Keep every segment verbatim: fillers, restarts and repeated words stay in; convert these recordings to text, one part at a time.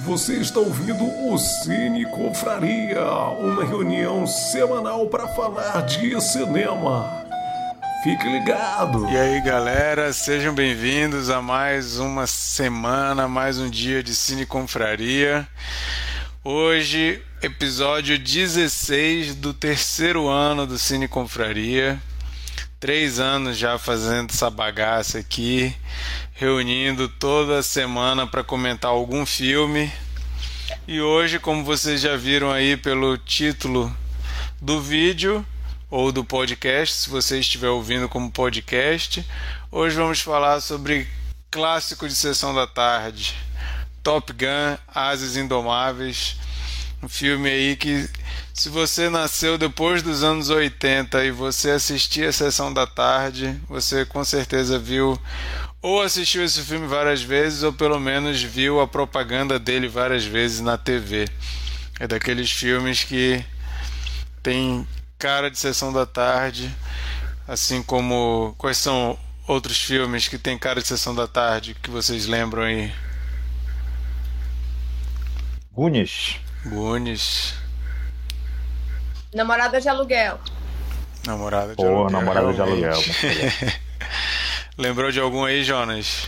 Você está ouvindo o Cine Confraria, uma reunião semanal para falar de cinema. Fique ligado! E aí, galera, sejam bem-vindos a mais uma semana, mais um dia de Cine Confraria. Hoje, episódio dezesseis do terceiro ano do Cine Confraria. Três anos já fazendo essa bagaça aqui, reunindo toda semana para comentar algum filme. E hoje, como vocês já viram aí pelo título do vídeo ou do podcast, se você estiver ouvindo como podcast, hoje vamos falar sobre clássico de sessão da tarde, Top Gun, Asas Indomáveis. Um filme aí que, se você nasceu depois dos anos oitenta e você assistia a Sessão da Tarde, você com certeza viu ou assistiu esse filme várias vezes ou pelo menos viu a propaganda dele várias vezes na T V. É daqueles filmes que tem cara de Sessão da Tarde, assim como... Quais são outros filmes que tem cara de Sessão da Tarde que vocês lembram aí? Goonies. Goonies. Namorada de Aluguel. Namorada de Pô, Aluguel. Namorada de Aluguel. Lembrou de algum aí, Jonas?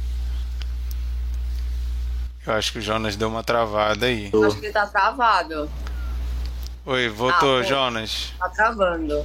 Eu acho que o Jonas deu uma travada aí. Acho que ele tá travado. Oi, voltou, Ah, Jonas? Tá travando.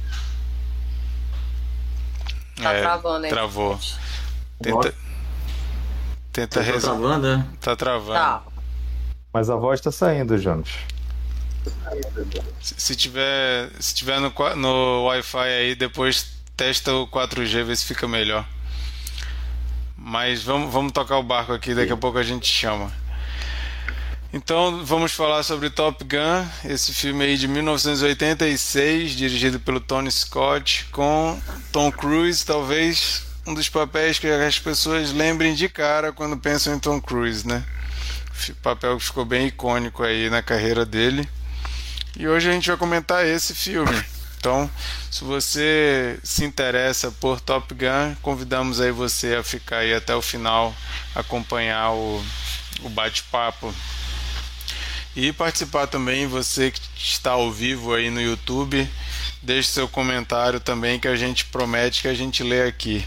Tá É, travando aí. Travou. Tenta, tenta Tá resolver. travando, né? Tá travando. Tá. Mas a voz tá saindo, Jonas. Se, se tiver, se tiver no, qua- no Wi-Fi aí, depois testa o quatro G, vê se fica melhor. Mas vamos, vamos tocar o barco aqui, daqui a pouco a gente chama. Então vamos falar sobre Top Gun, esse filme aí de mil novecentos e oitenta e seis, dirigido pelo Tony Scott, com Tom Cruise, talvez um dos papéis que as pessoas lembrem de cara quando pensam em Tom Cruise, né? Papel que ficou bem icônico aí na carreira dele. E hoje a gente vai comentar esse filme. Então, se você se interessa por Top Gun, convidamos aí você a ficar aí até o final, acompanhar o, o bate-papo. E participar também, você que está ao vivo aí no YouTube, deixe seu comentário também, que a gente promete que a gente lê aqui.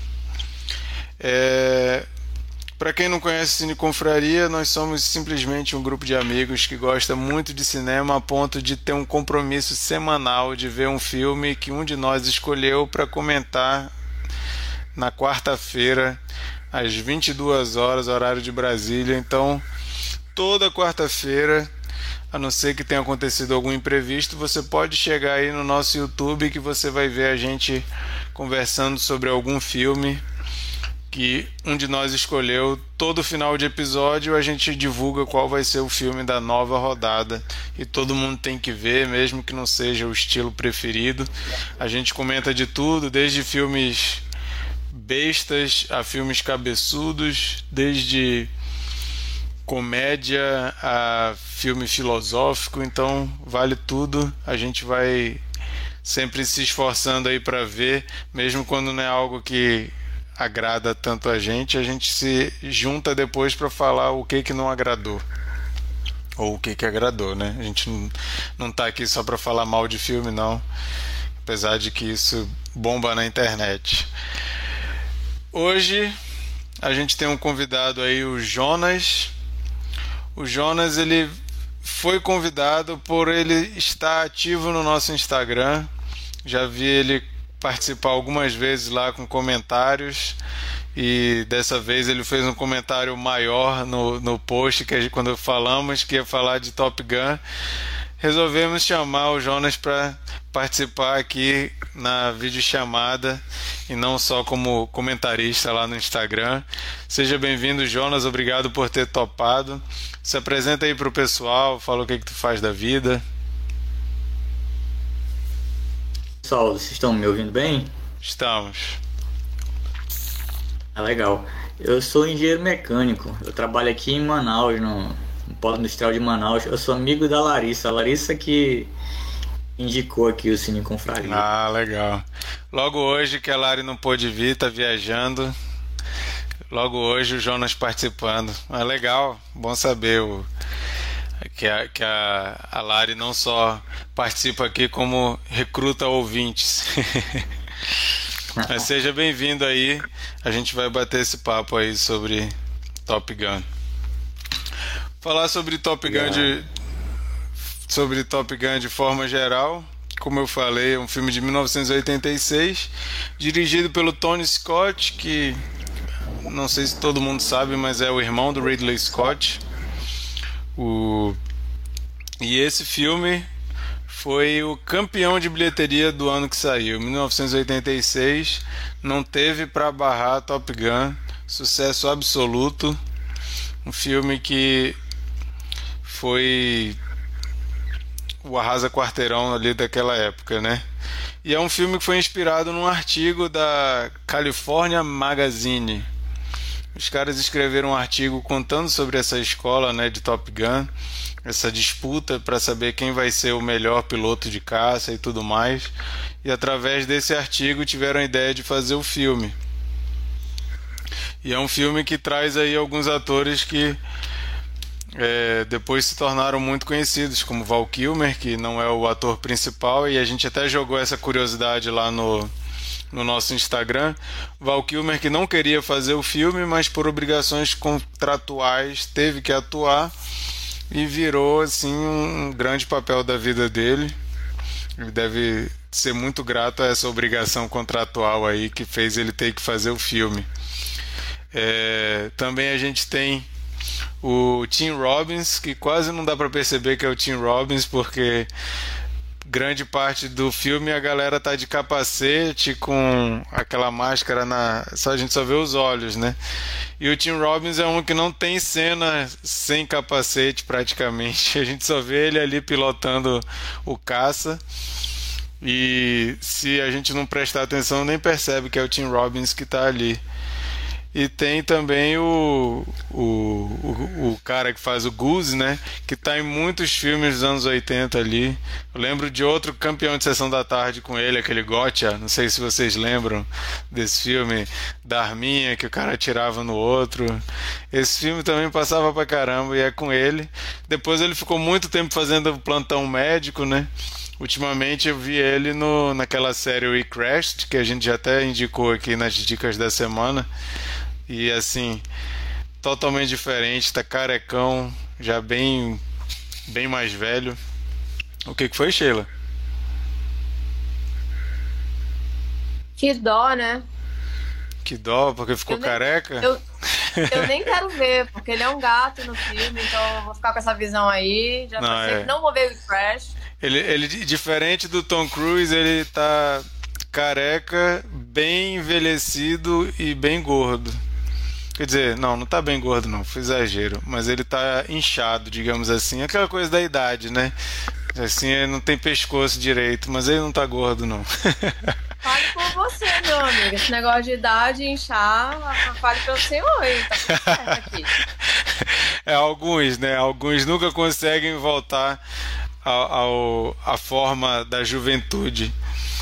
É... Para quem não conhece Cine Confraria, nós somos simplesmente um grupo de amigos que gosta muito de cinema a ponto de ter um compromisso semanal de ver um filme que um de nós escolheu para comentar na quarta-feira, às vinte e duas horas, horário de Brasília. Então, toda quarta-feira, a não ser que tenha acontecido algum imprevisto, você pode chegar aí no nosso YouTube que você vai ver a gente conversando sobre algum filme que um de nós escolheu. Todo final de episódio a gente divulga qual vai ser o filme da nova rodada e todo mundo tem que ver, mesmo que não seja o estilo preferido. A gente comenta de tudo, desde filmes bestas a filmes cabeçudos, desde comédia a filme filosófico, então vale tudo. A gente vai sempre se esforçando aí para ver, mesmo quando não é algo que agrada tanto a gente, a gente se junta depois para falar o que que não agradou ou o que que agradou, né? A gente não, não tá aqui só para falar mal de filme, não, apesar de que isso bomba na internet. Hoje a gente tem um convidado aí, o Jonas. O Jonas, ele foi convidado por ele estar ativo no nosso Instagram. Já vi ele participar algumas vezes lá com comentários, e dessa vez ele fez um comentário maior no, no post que a gente, quando falamos que ia falar de Top Gun, resolvemos chamar o Jonas para participar aqui na videochamada e não só como comentarista lá no Instagram. Seja bem-vindo, Jonas, obrigado por ter topado. Se apresenta aí para o pessoal, fala o que, que tu faz da vida. Pessoal, vocês estão me ouvindo bem? Estamos. Ah, legal. Eu sou engenheiro mecânico. Eu trabalho aqui em Manaus, no, no Polo Industrial de Manaus. Eu sou amigo da Larissa. A Larissa que indicou aqui o Cine Confraria. Ah, legal. Logo hoje que a Lari não pôde vir, tá viajando. logo hoje o Jonas participando. É legal, bom saber o, que, a, que a, a Lari não só participa aqui, como recruta ouvintes. Mas seja bem-vindo aí, a gente vai bater esse papo aí sobre Top Gun. Falar sobre Top Gun de, sobre Top Gun de forma geral, como eu falei, é um filme de mil novecentos e oitenta e seis, dirigido pelo Tony Scott, que não sei se todo mundo sabe, mas é o irmão do Ridley Scott. O... E esse filme foi o campeão de bilheteria do ano que saiu, mil novecentos e oitenta e seis. Não teve para barrar Top Gun, sucesso absoluto. Um filme que foi o arrasa quarteirão ali daquela época, né? E é um filme que foi inspirado num artigo da California Magazine. Os caras escreveram um artigo contando sobre essa escola, né, de Top Gun, essa disputa para saber quem vai ser o melhor piloto de caça e tudo mais. E através desse artigo tiveram a ideia de fazer o filme. E é um filme que traz aí alguns atores que é, depois se tornaram muito conhecidos, como Val Kilmer, que não é o ator principal, e a gente até jogou essa curiosidade lá no, no nosso Instagram. Val Kilmer, que não queria fazer o filme, mas por obrigações contratuais teve que atuar, e virou assim um grande papel da vida dele. Ele deve ser muito grato a essa obrigação contratual aí que fez ele ter que fazer o filme. É, também a gente tem o Tim Robbins, que quase não dá para perceber que é o Tim Robbins, porque grande parte do filme a galera tá de capacete com aquela máscara na... só a gente só vê os olhos, né? E o Tim Robbins é um que não tem cena sem capacete praticamente. A gente só vê ele ali pilotando o caça. E se a gente não prestar atenção, nem percebe que é o Tim Robbins que tá ali. E tem também o, o, o, o cara que faz o Goose, né? Que tá em muitos filmes dos anos oitenta ali. Eu lembro de outro campeão de Sessão da Tarde com ele, aquele Gotcha. Não sei se vocês lembram desse filme da arminha que o cara atirava no outro. Esse filme também passava pra caramba e é com ele. Depois ele ficou muito tempo fazendo plantão médico, né? Ultimamente eu vi ele no, naquela série We Crashed, que a gente já até indicou aqui nas dicas da semana. E assim, totalmente diferente, tá carecão, já bem, bem mais velho. O que que foi, Sheila? Que dó, né? Que dó, porque ficou Eu nem- careca? Eu, eu nem quero ver, porque ele é um gato no filme, então eu vou ficar com essa visão aí. Já Não, pensei é. que não vou ver o Crash. Ele, ele, diferente do Tom Cruise, ele tá careca, bem envelhecido e bem gordo. Quer dizer, não, não tá bem gordo não, foi exagero. Mas ele tá inchado, digamos assim. Aquela coisa da idade, né? Assim, ele não tem pescoço direito, mas ele não tá gordo não. Fale por você, meu amigo. Esse negócio de idade, inchar, fale pelo senhor aí. Tá tudo certo aqui. É, alguns, né? Alguns nunca conseguem voltar ao, ao, à forma da juventude.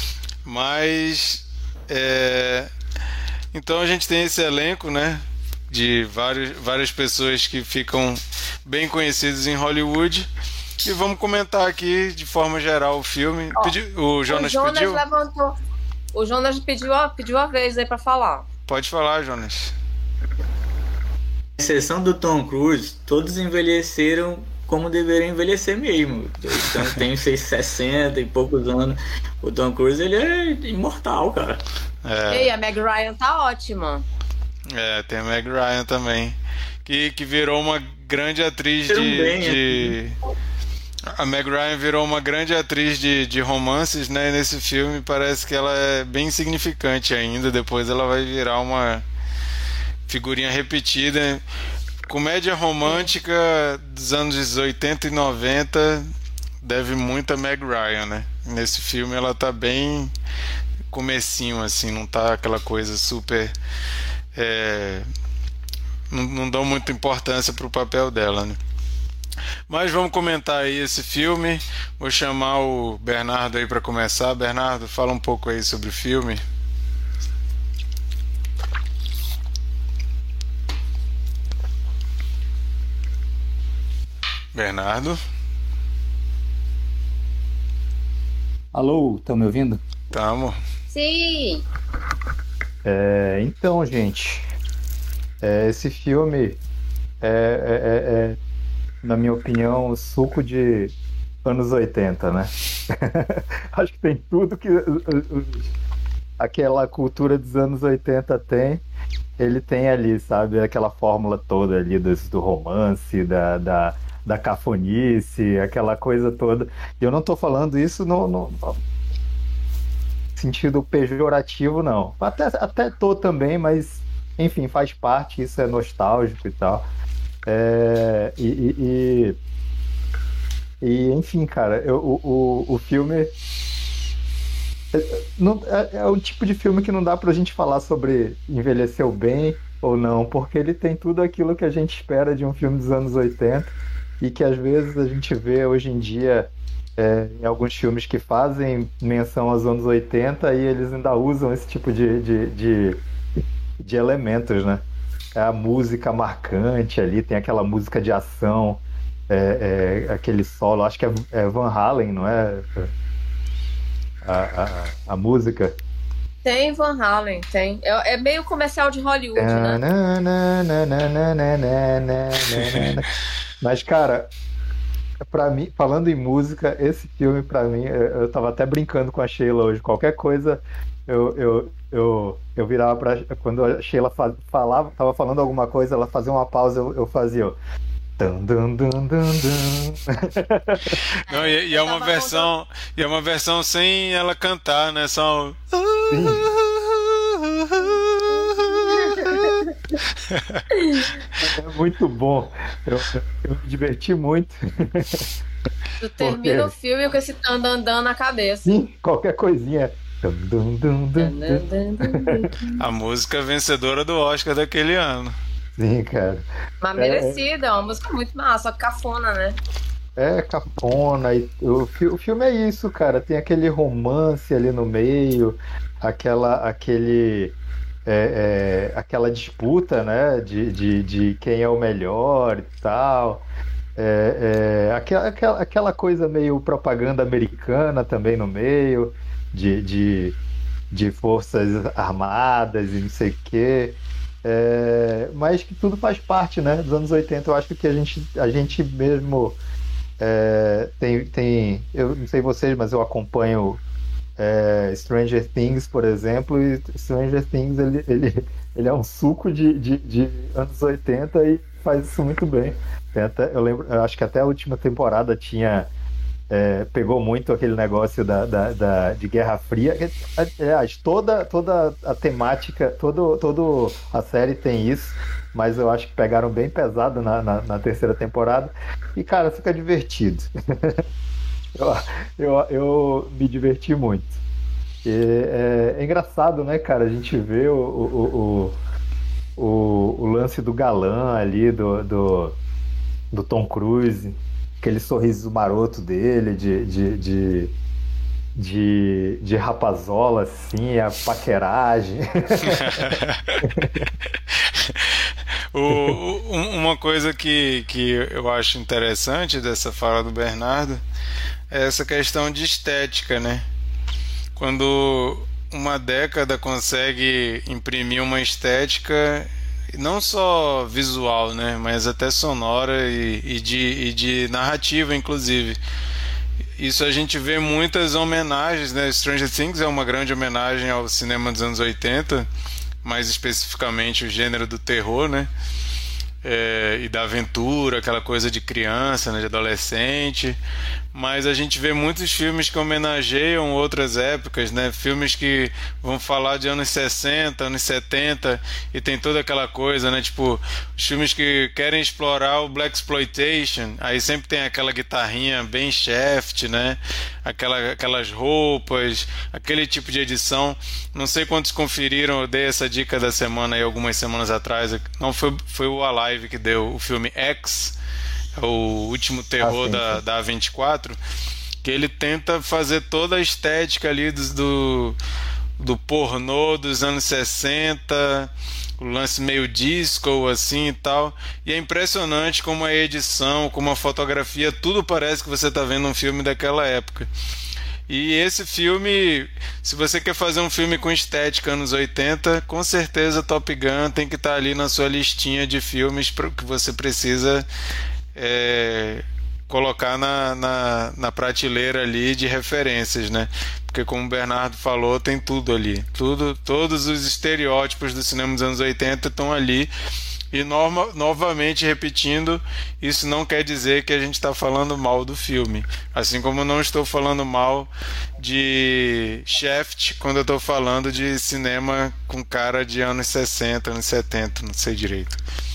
Mas, é... então a gente tem esse elenco, né? De vários, várias pessoas que ficam bem conhecidas em Hollywood. E vamos comentar aqui de forma geral o filme. Ó, Pedi- o Jonas, o Jonas pediu? levantou. O Jonas pediu a, pediu a vez aí pra falar. Pode falar, Jonas. Exceção do Tom Cruise, todos envelheceram como deveriam envelhecer mesmo. Então tem seus sessenta e poucos anos. O Tom Cruise, ele é imortal, cara. É, Ei, a Meg Ryan tá ótima. é, tem a Meg Ryan também. Que, que virou uma grande atriz de... Também, de... A Meg Ryan virou uma grande atriz de, de romances, né? E nesse filme parece que ela é bem insignificante ainda. Depois ela vai virar uma figurinha repetida. Comédia romântica dos anos oitenta e noventa deve muito a Meg Ryan, né? Nesse filme ela tá bem comecinho, assim, não tá aquela coisa super... é, não, não dão muita importância pro papel dela, né? Mas vamos comentar aí esse filme. Vou chamar o Bernardo aí para começar. Bernardo, fala um pouco aí sobre o filme. Bernardo? Alô, estão me ouvindo? Tamo. Sim! É, então, gente, é, esse filme é, é- é- é, na minha opinião, o suco de anos oitenta, né? Acho que tem tudo que uh, uh, uh, aquela cultura dos anos oitenta tem, ele tem ali, sabe? Aquela fórmula toda ali do, do romance, da, da, da cafonice, aquela coisa toda. E eu não tô falando isso no, no- no sentido pejorativo, não. Até, até tô também, mas enfim, faz parte, isso é nostálgico e tal. É, e, e- e- e, enfim, cara, eu- o, o, o filme não, é, é o tipo de filme que não dá pra gente falar sobre envelheceu bem ou não, porque ele tem tudo aquilo que a gente espera de um filme dos anos oitenta e que às vezes a gente vê hoje em dia é, em alguns filmes que fazem menção aos anos oitenta e eles ainda usam esse tipo de, de, de, de elementos, né? É a música marcante ali, tem aquela música de ação, é, é, aquele solo, acho que é, é Van Halen, não é? A, a, a música. Tem Van Halen, tem. É, é meio comercial de Hollywood, né? Mas, cara, pra mim, falando em música, esse filme, pra mim, eu eu tava até brincando com a Sheila hoje. Qualquer coisa, eu, eu, eu, eu virava pra. Quando a Sheila fa- falava, tava falando alguma coisa, ela fazia uma pausa, eu, eu fazia. Ó, dun, dun, dun, dun, dun. Não, e, e é Eu uma tava versão, e é uma versão sem ela cantar, né? Só. Sim. É muito bom. Eu, eu me diverti muito. Tu termina Porque, o filme com esse tandandã na cabeça. sim, qualquer coisinha. Dun, dun, dun, dun, dun. A música vencedora do Oscar daquele ano. Sim, cara. Mas É, merecida, é uma música muito massa, só que cafona, né? é cafona. E o, fi- o filme é isso, cara. Tem aquele romance ali no meio, aquela, aquele, é, é, aquela disputa, né? De, de, de quem é o melhor e tal. É, é, aquela, aquela, aquela coisa meio propaganda americana também no meio, de, de, de forças armadas e não sei o quê. É, mas que tudo faz parte, né? Dos anos oitenta. Eu acho que a gente, a gente mesmo é, tem, tem. Eu não sei vocês, mas eu acompanho é, Stranger Things, por exemplo, e Stranger Things ele, ele, ele é um suco de, de, de anos oitenta e faz isso muito bem. Tem até, eu lembro, eu acho que até a última temporada tinha. É, pegou muito aquele negócio da, da, da- de Guerra Fria. Aliás, toda, toda a temática, todo, todo a série tem isso, mas eu acho que pegaram bem pesado na, na, na terceira temporada. E, cara, fica divertido. Eu, eu, eu me diverti muito. E é, é engraçado, né, cara? A gente vê o, o, o, o, o lance do galã ali, do, do, do Tom Cruise, aquele sorriso maroto dele, de, de, de, de, de rapazola, assim, a paqueragem. O- o- um- uma coisa que, que eu acho interessante dessa fala do Bernardo é essa questão de estética, né? Quando uma década consegue imprimir uma estética não só visual, né, mas até sonora e, e de, e de narrativa, inclusive. Isso a gente vê muitas homenagens, né? Stranger Things é uma grande homenagem ao cinema dos anos oitenta, mais especificamente o gênero do terror, né? É, e da aventura, aquela coisa de criança, né, de adolescente. Mas a gente vê muitos filmes que homenageiam outras épocas, né? Filmes que vão falar de anos sessenta, anos setenta, e tem toda aquela coisa, né? Tipo, os filmes que querem explorar o Black Exploitation, aí sempre tem aquela guitarrinha bem Shaft, né? Aquela, aquelas roupas, aquele tipo de edição. Não sei quantos conferiram, eu dei essa dica da semana aí algumas semanas atrás. Não foi, foi o Alive que deu o filme X, o último terror Ah, sim, da, sim. da A vinte e quatro, que ele tenta fazer toda a estética ali do, do, do pornô dos anos sessenta, o lance meio disco assim e tal, e é impressionante como a edição, como a fotografia, tudo parece que você está vendo um filme daquela época. E esse filme, se você quer fazer um filme com estética anos oitenta, com certeza Top Gun tem que estar ali na sua listinha de filmes que você precisa é, colocar na, na, na prateleira ali de referências, né? Porque como o Bernardo falou, tem tudo ali. Tudo, todos os estereótipos do cinema dos anos oitenta estão ali. E norma, novamente repetindo, isso não quer dizer que a gente está falando mal do filme. Assim como eu não estou falando mal de Shaft quando eu estou falando de cinema com cara de anos sessenta, anos setenta, não sei direito.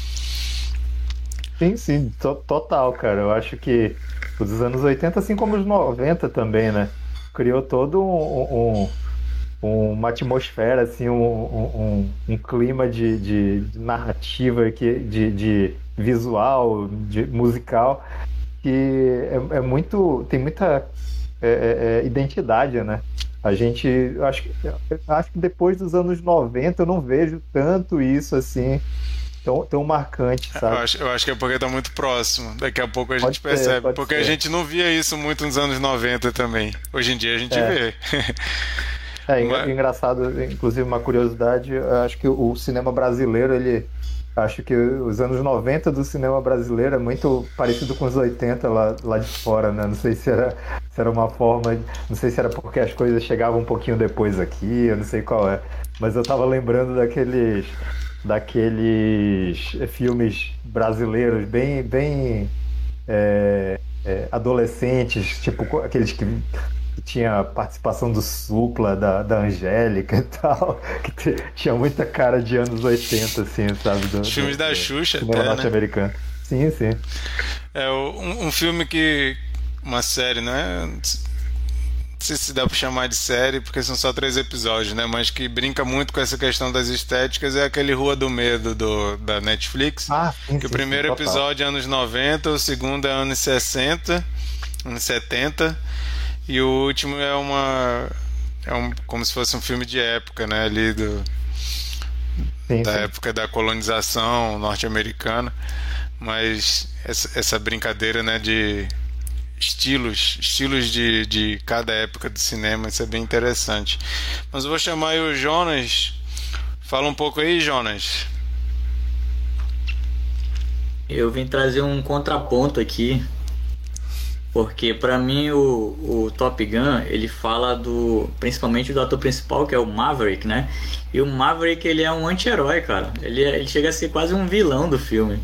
Sim, sim, to- total, cara. Eu acho que os anos oitenta, assim como os noventa também, né? Criou todo um, um- uma atmosfera, assim, um, um, um- um clima de, de- de narrativa, que, de, de visual, de musical, que é, é muito, tem muita é, é, é, identidade, né? A gente, eu acho, que- eu acho que depois dos anos noventa eu não vejo tanto isso, assim, tão, tão marcante, Eu sabe? acho, eu acho que é porque está muito próximo. Daqui a pouco a Pode gente ser, percebe. pode Porque ser. a gente não via isso muito nos anos noventa também. Hoje em dia a gente É. vê. É engra- Mas- engraçado, inclusive uma curiosidade, eu acho que o cinema brasileiro, ele, acho que os anos noventa do cinema brasileiro é muito parecido com os oitenta lá, lá de fora, né? Não sei se era, se era uma forma, não sei se era porque as coisas chegavam um pouquinho depois aqui, eu não sei qual é, mas eu tava lembrando daqueles, daqueles filmes brasileiros bem, bem é, é, adolescentes, tipo co- aqueles que que tinha a participação do Supla, da, da Angélica e tal, que te- tinha muita cara de anos oitenta, assim, sabe? Do, Os filmes do- da do Xuxa cinema até, né? norte-americano. Sim, sim. É um, um filme que... Uma série, né? Não sei se dá pra chamar de série, porque são só três episódios, né? Mas que brinca muito com essa questão das estéticas, é aquele Rua do Medo do, da Netflix. Ah, sim, Que o sim, primeiro sim, total. episódio é anos noventa, o segundo é anos sessenta, anos setenta, e o último é uma... É um, como se fosse um filme de época, né? Ali do, Sim, da sim. época da colonização norte-americana. Mas essa, essa brincadeira, né, de estilos, estilos de, de cada época do cinema, isso é bem interessante. Mas eu vou chamar aí o Jonas. Fala um pouco aí, Jonas. Eu vim trazer um contraponto aqui, porque pra mim o, o Top Gun, ele fala do, principalmente do ator principal, que é o Maverick, né? E o Maverick, ele é um anti-herói, cara. Ele, é- ele chega a ser quase um vilão do filme,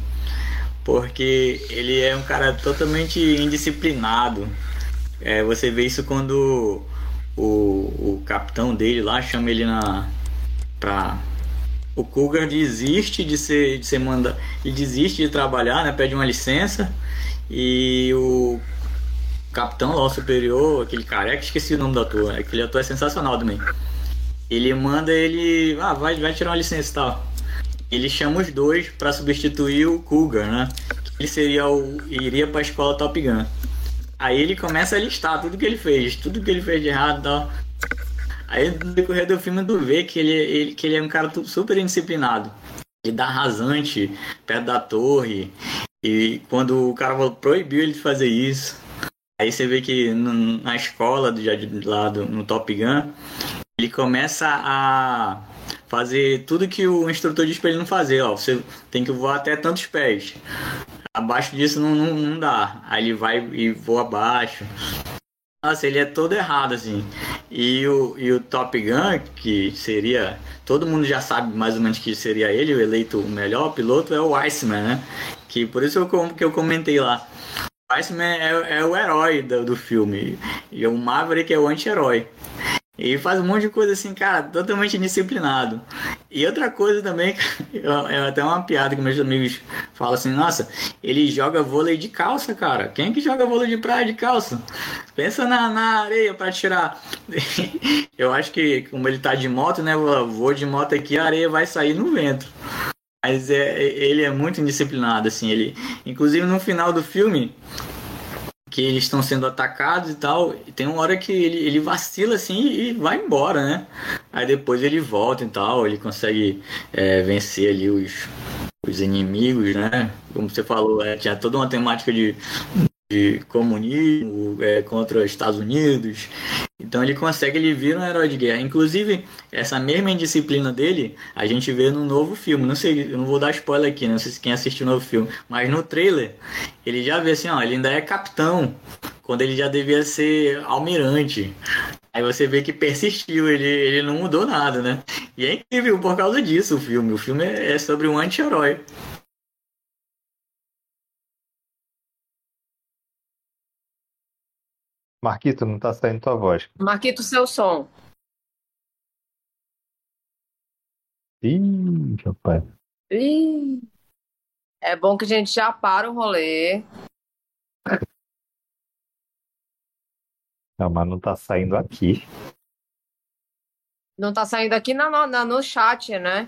porque ele é um cara totalmente indisciplinado. É, você vê isso quando o, o capitão dele lá chama ele na pra o Cougar desiste de ser de ser manda e desiste de trabalhar, né? Pede uma licença, e o capitão lá, o superior, aquele careca, esqueci o nome do ator, aquele ator é sensacional também. Ele manda ele, ah, vai, vai tirar uma licença e tal. Ele chama os dois pra substituir o Cougar, né? Ele seria o iria pra escola Top Gun. Aí ele começa a listar tudo que ele fez, tudo que ele fez de errado e tal. Aí no decorrer do filme tu vê que ele, ele, que ele é um cara tu- super indisciplinado. Ele dá rasante perto da torre. E quando o cara proibiu ele de fazer isso. Aí você vê que no- na escola do, de lá do, no Top Gun, ele começa a fazer tudo que o instrutor diz pra ele não fazer. Ó, você tem que voar até tantos pés. Abaixo disso não, não, não dá. Aí ele vai e voa abaixo. Nossa, ele é todo errado, assim. E o, e o Top Gun, que seria... Todo mundo já sabe mais ou menos que seria ele, o eleito o melhor piloto, é o Iceman, né? Que por isso eu, com- que eu comentei lá. O Iceman é, é o herói do, do filme. E o Maverick é o anti-herói. E faz um monte de coisa assim, cara, totalmente indisciplinado. E outra coisa também, é até uma piada que meus amigos falam assim, nossa, ele joga vôlei de calça, cara. Quem é que joga vôlei de praia de calça? Pensa na, na areia pra tirar. Eu acho que, como ele tá de moto, né, eu vou de moto aqui, a areia vai sair no vento. Mas é, ele é muito indisciplinado, assim, ele... Inclusive no final do filme, que que eles estão sendo atacados e tal. E tem uma hora que ele, ele vacila assim e vai embora, né? Aí depois ele volta e tal, ele consegue é, vencer ali os, os inimigos, né? Como você falou, é, tinha toda uma temática de, de comunismo é, contra os Estados Unidos. Então ele consegue, ele vira um herói de guerra. Inclusive, essa mesma indisciplina dele, a gente vê no novo filme. Não sei, eu não vou dar spoiler aqui, não sei se quem assistiu o novo filme, mas no trailer, ele já vê assim, ó, ele ainda é capitão, quando ele já devia ser almirante. Aí você vê que persistiu, ele, ele não mudou nada, né? E é incrível por causa disso o filme. O filme é, é sobre um anti-herói. Marquito, não tá saindo tua voz. Marquito, seu som. Ih, rapaz. Ih. É bom que a gente já para o rolê. Não, mas não tá saindo aqui. Não tá saindo aqui na, na, no chat, né?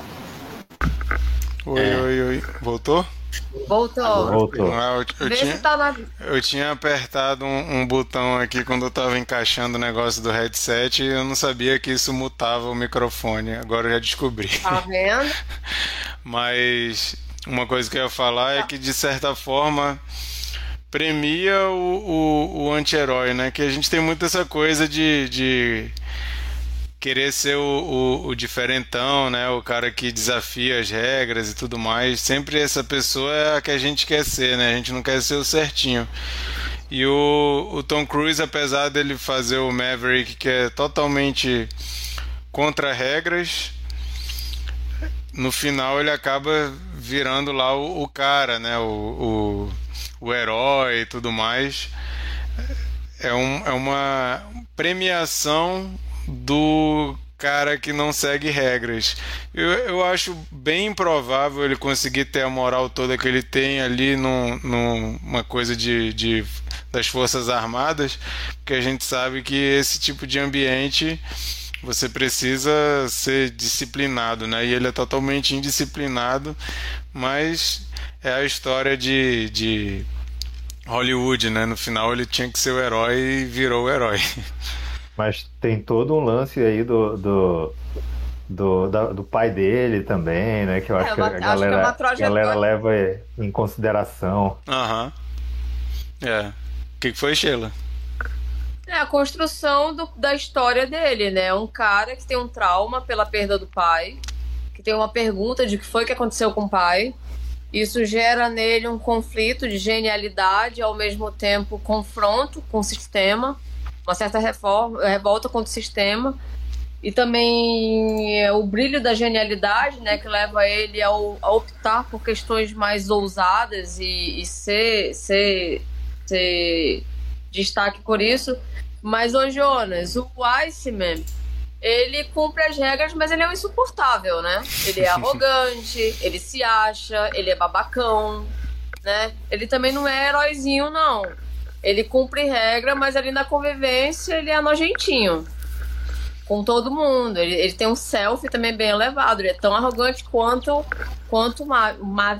Oi, É. oi, oi. Voltou? Voltou. Voltou. Ah, eu, eu Vê tinha, se tá na... eu tinha apertado um, um botão aqui quando eu tava encaixando o negócio do headset e eu não sabia que isso mutava o microfone. Agora eu já descobri. Tá vendo? Mas uma coisa que eu ia falar é que, de certa forma, premia o, o, o anti-herói, né? Que a gente tem muito essa coisa de, de querer ser o, o, o diferentão, né? O cara que desafia as regras e tudo mais. Sempre essa pessoa é a que a gente quer ser, né? A gente não quer ser o certinho. E o, o Tom Cruise, apesar dele fazer o Maverick, que é totalmente contra regras, no final ele acaba virando lá o, o cara, né? O, o, o herói e tudo mais. É, um, é uma premiação do cara que não segue regras. Eu, eu acho bem improvável ele conseguir ter a moral toda que ele tem ali num, numa coisa de, de, das Forças Armadas, porque a gente sabe que esse tipo de ambiente você precisa ser disciplinado, né? E ele é totalmente indisciplinado, mas é a história de, de Hollywood, né? No final ele tinha que ser o herói e virou o herói. Mas tem todo um lance aí do, do, do, da- do pai dele também, né? Que eu acho É que uma- a acho que é galera, uma a trajetória. galera leva em consideração. Aham. É. O que que foi, Sheila? É a construção do- da história dele, né? Um cara que tem um trauma pela perda do pai, que tem uma pergunta de o que foi que aconteceu com o pai. Isso gera nele um conflito de genialidade, ao mesmo tempo confronto com o sistema, uma certa reforma, revolta contra o sistema, e também é, o brilho da genialidade, né, que leva ele ao- a optar por questões mais ousadas e, e ser, ser, ser destaque por isso. Mas, ô Jonas, o Iceman, ele cumpre as regras, mas ele é um insuportável, né? Ele é arrogante, ele se acha, ele é babacão, né? Ele também não é heróizinho, não. Ele cumpre regra, mas ali na convivência ele é nojentinho. Com todo mundo. Ele, ele tem um selfie também bem elevado. Ele é tão arrogante quanto, quanto o Ma Ma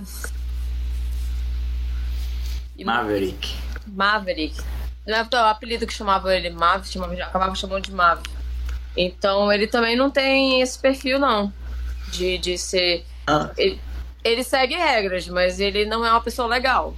Maverick. Maverick. Não é o apelido que chamava ele Maverick, chamava, acabava chamando de Maverick. Então ele também não tem esse perfil, não. De, de ser. Ah, Ele, ele segue regras, mas ele não é uma pessoa legal.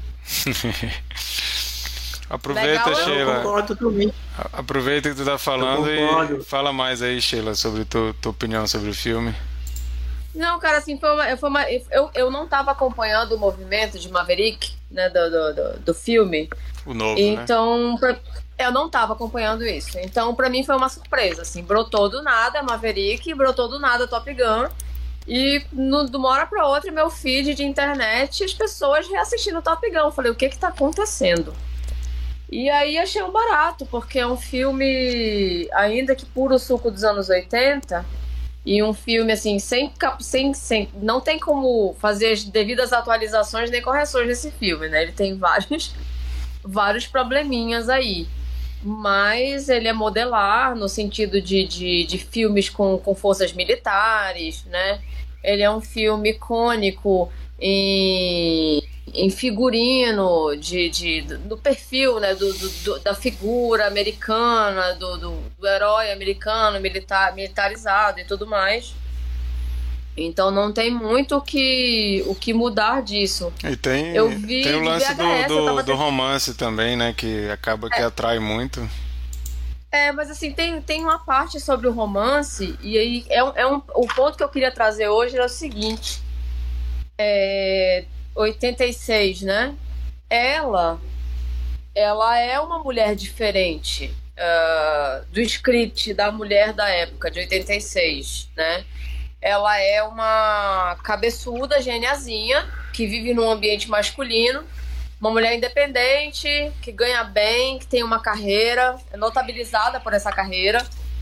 Aproveita, Legal, eu eu Sheila. concordo também. A- Aproveita que tu tá falando Eu concordo. e fala mais aí, Sheila, sobre tu, tua opinião sobre o filme. Não, cara, assim, foi uma, foi uma, eu, eu não tava acompanhando o movimento de Maverick, né, do, do, do, do filme. O novo, né? Então, pra- eu não tava acompanhando isso. Então, pra mim foi uma surpresa, assim, brotou do nada Maverick, brotou do nada Top Gun. E no, de uma hora pra outra, meu feed de internet, as pessoas reassistindo Top Gun. Eu falei, o que que tá acontecendo? E aí achei um barato, porque é um filme, ainda que puro suco dos anos oitenta, e um filme assim, sem, cap- sem, sem não tem como fazer as devidas atualizações nem correções nesse filme, né? Ele tem vários, vários probleminhas aí. Mas ele é modelar no sentido de, de, de filmes com, com forças militares, né? Ele é um filme icônico em, em figurino, de, de, do perfil, né, do, do, da figura americana, do, do, do herói americano, militar, militarizado e tudo mais. Então não tem muito o que, o que mudar disso. E tem, eu vi tem o lance V H S, do, do, do do romance também, né? Que acaba que é. atrai muito. É, mas assim, tem, tem uma parte sobre o romance, e aí é, é um, o ponto que eu queria trazer hoje era o seguinte. É, oitenta e seis, né? Ela, ela é uma mulher diferente uh, do script da mulher da época, de oitenta e seis, né? Ela é uma cabeçuda, geniazinha, que vive num ambiente masculino, uma mulher independente, que ganha bem, que tem uma carreira, é notabilizada por essa carreira.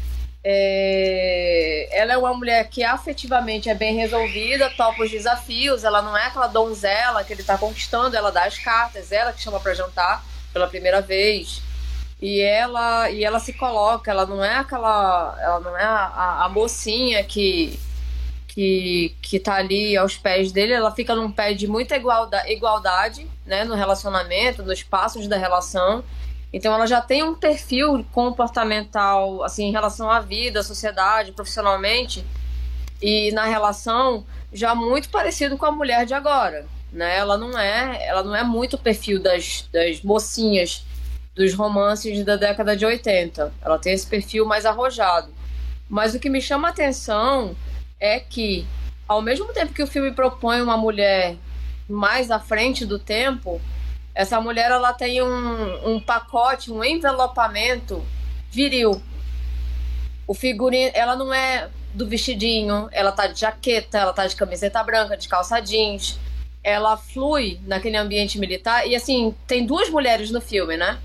É... Ela é uma mulher que afetivamente é bem resolvida, topa os desafios, ela não é aquela donzela que ele está conquistando, ela dá as cartas, ela que chama para jantar pela primeira vez. E ela, e ela se coloca, ela não é aquela, ela não é a, a, a mocinha que que, que tá ali aos pés dele, ela fica num pé de muita igualdade, igualdade, né, no relacionamento, nos passos da relação. Então ela já tem um perfil comportamental, assim, em relação à vida, à sociedade, profissionalmente, e na relação já muito parecido com a mulher de agora, né? Ela não é, ela não é muito o perfil das, das mocinhas dos romances da década de oitenta. Ela tem esse perfil mais arrojado. Mas o que me chama a atenção é que, ao mesmo tempo que o filme propõe uma mulher mais à frente do tempo, essa mulher ela tem um, um pacote, um envelopamento viril. O figurino, ela não é do vestidinho, ela tá de jaqueta, ela tá de camiseta branca, de calça jeans. Ela flui naquele ambiente militar. E assim, tem duas mulheres no filme, né?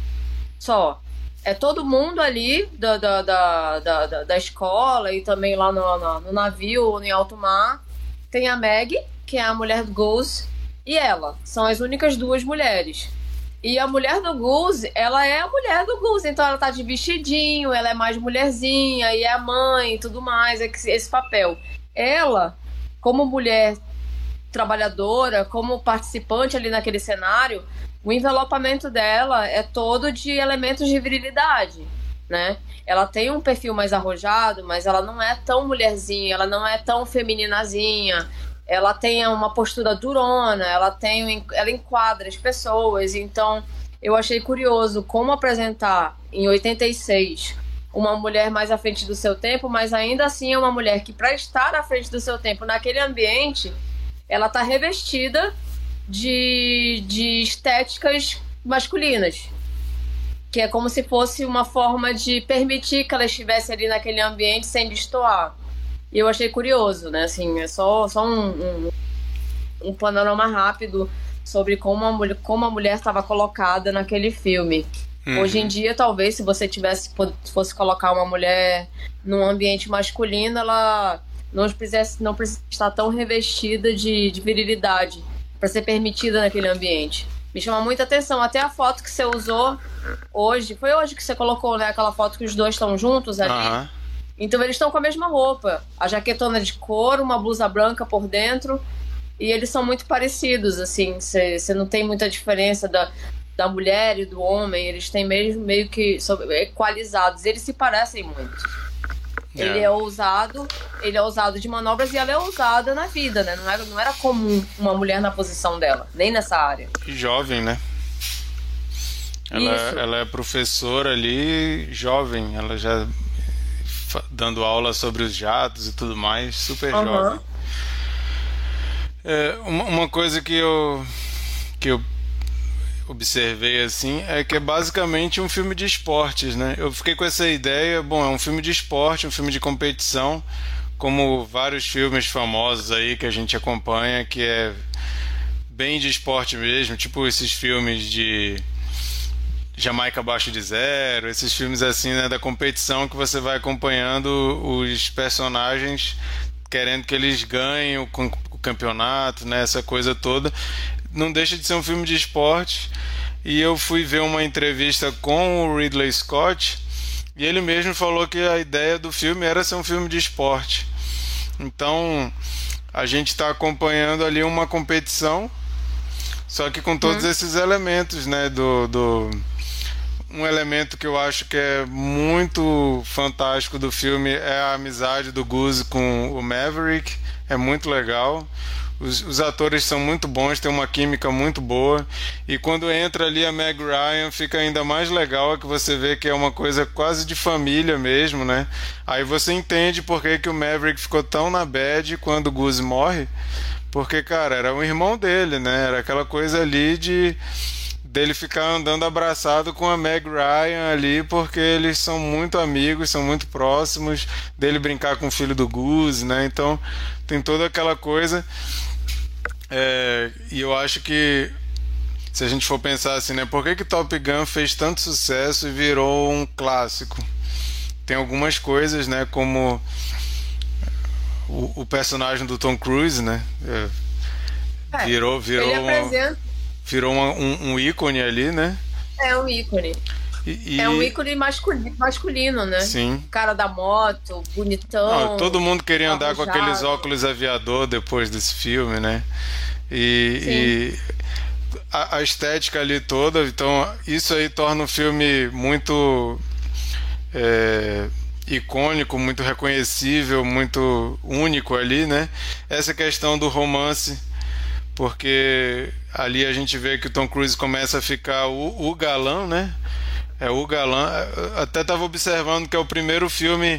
Só. É todo mundo ali da, da, da, da, da escola e também lá no, no, no navio, em alto mar. Tem a Meg, que é a mulher do Goose, e ela. São as únicas duas mulheres. E a mulher do Goose, ela é a mulher do Goose. Então ela tá de vestidinho, ela é mais mulherzinha, e é a mãe e tudo mais, esse papel. Ela, como mulher trabalhadora, como participante ali naquele cenário, o envelopamento dela é todo de elementos de virilidade, né? Ela tem um perfil mais arrojado, mas ela não é tão mulherzinha, ela não é tão femininazinha, ela tem uma postura durona, ela tem, ela enquadra as pessoas. Então eu achei curioso como apresentar em oitenta e seis uma mulher mais à frente do seu tempo, mas ainda assim é uma mulher que, para estar à frente do seu tempo naquele ambiente, ela está revestida De, de estéticas masculinas, que é como se fosse uma forma de permitir que ela estivesse ali naquele ambiente sem destoar. E eu achei curioso, né? Assim, é só, só um, um, um panorama rápido sobre como a mulher, como a mulher estava colocada naquele filme. Uhum. Hoje em dia, talvez, se você tivesse fosse colocar uma mulher num ambiente masculino, ela não precisa, não precisa estar tão revestida de, de virilidade para ser permitida naquele ambiente. Me chama muita atenção. Até a foto que você usou hoje, foi hoje que você colocou, né? Aquela foto que os dois estão juntos ali. Uhum. Então eles estão com a mesma roupa. A jaquetona de couro, uma blusa branca por dentro. E eles são muito parecidos, assim. Você não tem muita diferença da, da mulher e do homem. Eles têm mesmo meio que equalizados. Eles se parecem muito. É. Ele é ousado, ele é ousado de manobras e ela é ousada na vida, né? Não era, não era comum uma mulher na posição dela, nem nessa área. Jovem, né? Ela, ela é professora ali, jovem, ela já dando aula sobre os jatos e tudo mais, super uhum. jovem. É, uma, uma coisa que eu, que eu observei assim é que é basicamente um filme de esportes, né? Eu fiquei com essa ideia, bom, é um filme de esporte, um filme de competição, como vários filmes famosos aí que a gente acompanha, que é bem de esporte mesmo, tipo esses filmes de Jamaica Abaixo de Zero, esses filmes assim, né, da competição, que você vai acompanhando os personagens querendo que eles ganhem o, o campeonato, né, essa coisa toda. Não deixa de ser um filme de esporte. E eu fui ver uma entrevista com o Ridley Scott e ele mesmo falou que a ideia do filme era ser um filme de esporte. Então a gente está acompanhando ali uma competição, só que com todos hum. esses elementos, né, do, do... Um elemento que eu acho que é muito fantástico do filme é a amizade do Goose com o Maverick, é muito legal. Os, os atores são muito bons, tem uma química muito boa. E quando entra ali a Meg Ryan, fica ainda mais legal, é que você vê que é uma coisa quase de família mesmo, né? Aí você entende por que, que o Maverick ficou tão na bad quando o Goose morre. Porque, cara, era o irmão dele, né? Era aquela coisa ali de... dele ficar andando abraçado com a Meg Ryan ali, porque eles são muito amigos, são muito próximos, dele brincar com o filho do Goose, né? Então tem toda aquela coisa. É, e eu acho que, se a gente for pensar assim, né, por que que Top Gun fez tanto sucesso e virou um clássico? Tem algumas coisas, né, como o, o personagem do Tom Cruise, né, é, virou, virou, ele apresenta... uma, virou uma, um, um ícone ali, né? É um ícone. E, e... É um ícone masculino, masculino, né? Sim. Cara da moto, bonitão. Não, todo mundo queria andar arrojado. com aqueles óculos aviador depois desse filme, né? E, e a, a estética ali toda, então isso aí torna o filme muito é, icônico, muito reconhecível, muito único ali, né? Essa questão do romance, porque ali a gente vê que o Tom Cruise começa a ficar o, o galã, né? É o galã. Até estava observando que é o primeiro filme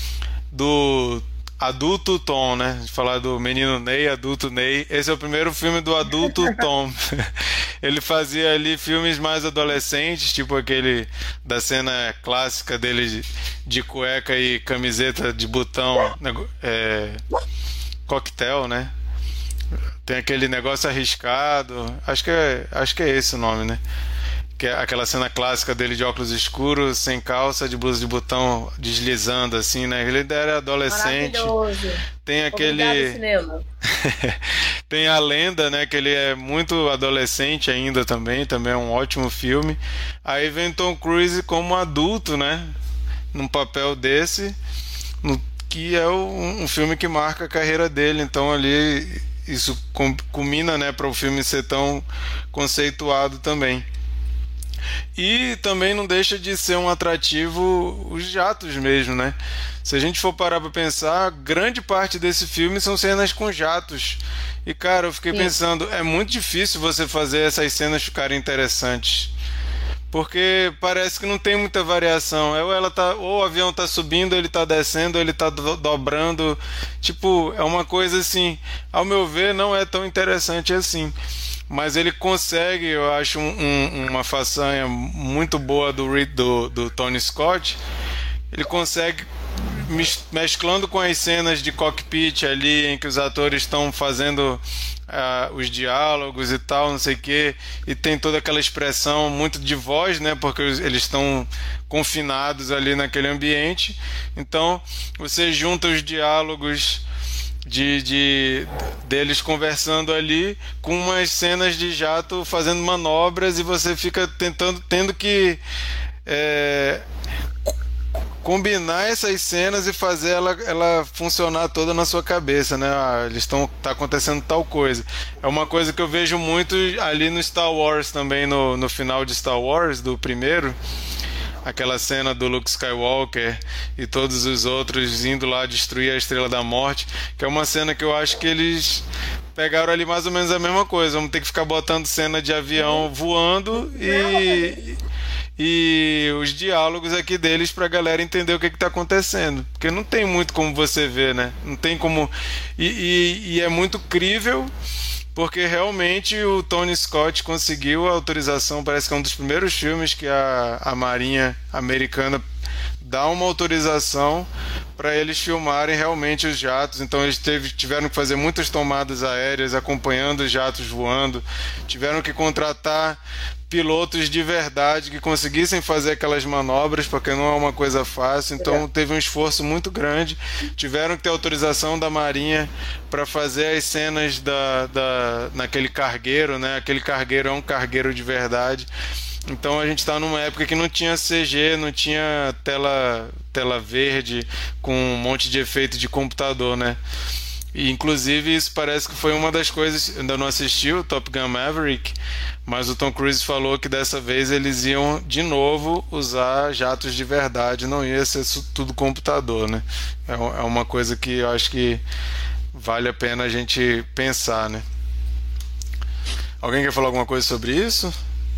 do adulto Tom, né? De falar do menino Ney, adulto Ney. Esse é o primeiro filme do adulto Tom. Ele fazia ali filmes mais adolescentes, tipo aquele da cena clássica dele de, de cueca e camiseta de botão, é, coquetel, né? Tem aquele negócio arriscado. Acho que é, acho que é esse o nome, né? Que é aquela cena clássica dele de óculos escuros, sem calça, de blusa de botão deslizando assim, né? Ele ainda era adolescente. Maravilhoso. Tem aquele Obrigado, cinema. Tem a lenda, né, que ele é muito adolescente ainda também, também é um ótimo filme. Aí vem Tom Cruise como adulto, né? Num papel desse, no, que é o, um filme que marca a carreira dele, então ali isso culmina, né, para o filme ser tão conceituado também. E também não deixa de ser um atrativo os jatos mesmo, né? Se a gente for parar pra pensar, grande parte desse filme são cenas com jatos. E cara, eu fiquei Sim. pensando, é muito difícil você fazer essas cenas ficarem interessantes. Porque parece que não tem muita variação. Ou, ela tá, ou o avião tá subindo, ele tá descendo, ou ele tá do, dobrando. Tipo, é uma coisa assim, ao meu ver, não é tão interessante assim. Mas ele consegue, eu acho, um, um, uma façanha muito boa do, do, do Tony Scott. Ele consegue, mesclando com as cenas de cockpit ali, em que os atores estão fazendo uh, os diálogos e tal, não sei o que, e tem toda aquela expressão muito de voz, né, porque eles estão confinados ali naquele ambiente. Então você junta os diálogos De, de deles conversando ali com umas cenas de jato fazendo manobras, e você fica tentando tendo que é, combinar essas cenas e fazer ela, ela funcionar toda na sua cabeça, né? Ah, eles estão tá acontecendo tal coisa. É uma coisa que eu vejo muito ali no Star Wars também, no, no final de Star Wars, do primeiro. Aquela cena do Luke Skywalker e todos os outros indo lá destruir a Estrela da Morte, que é uma cena que eu acho que eles pegaram ali mais ou menos a mesma coisa. Vamos ter que ficar botando cena de avião voando e, e os diálogos aqui deles pra galera entender o que que tá acontecendo, porque não tem muito como você ver, né? Não tem como... E, e, e é muito crível, porque realmente o Tony Scott conseguiu a autorização. Parece que é um dos primeiros filmes que a, a Marinha Americana dá uma autorização para eles filmarem realmente os jatos. Então eles teve, tiveram que fazer muitas tomadas aéreas acompanhando os jatos voando, tiveram que contratar pilotos de verdade que conseguissem fazer aquelas manobras, porque não é uma coisa fácil. Então teve um esforço muito grande. Tiveram que ter autorização da Marinha para fazer as cenas da, da, naquele cargueiro, né? Aquele cargueiro é um cargueiro de verdade. Então a gente está numa época que não tinha C G, não tinha tela, tela verde com um monte de efeito de computador, né? E, inclusive, isso parece que foi uma das coisas. Ainda não assisti o Top Gun Maverick, mas o Tom Cruise falou que dessa vez eles iam de novo usar jatos de verdade, não ia ser tudo computador, né? É uma coisa que eu acho que vale a pena a gente pensar, né? Alguém quer falar alguma coisa sobre isso?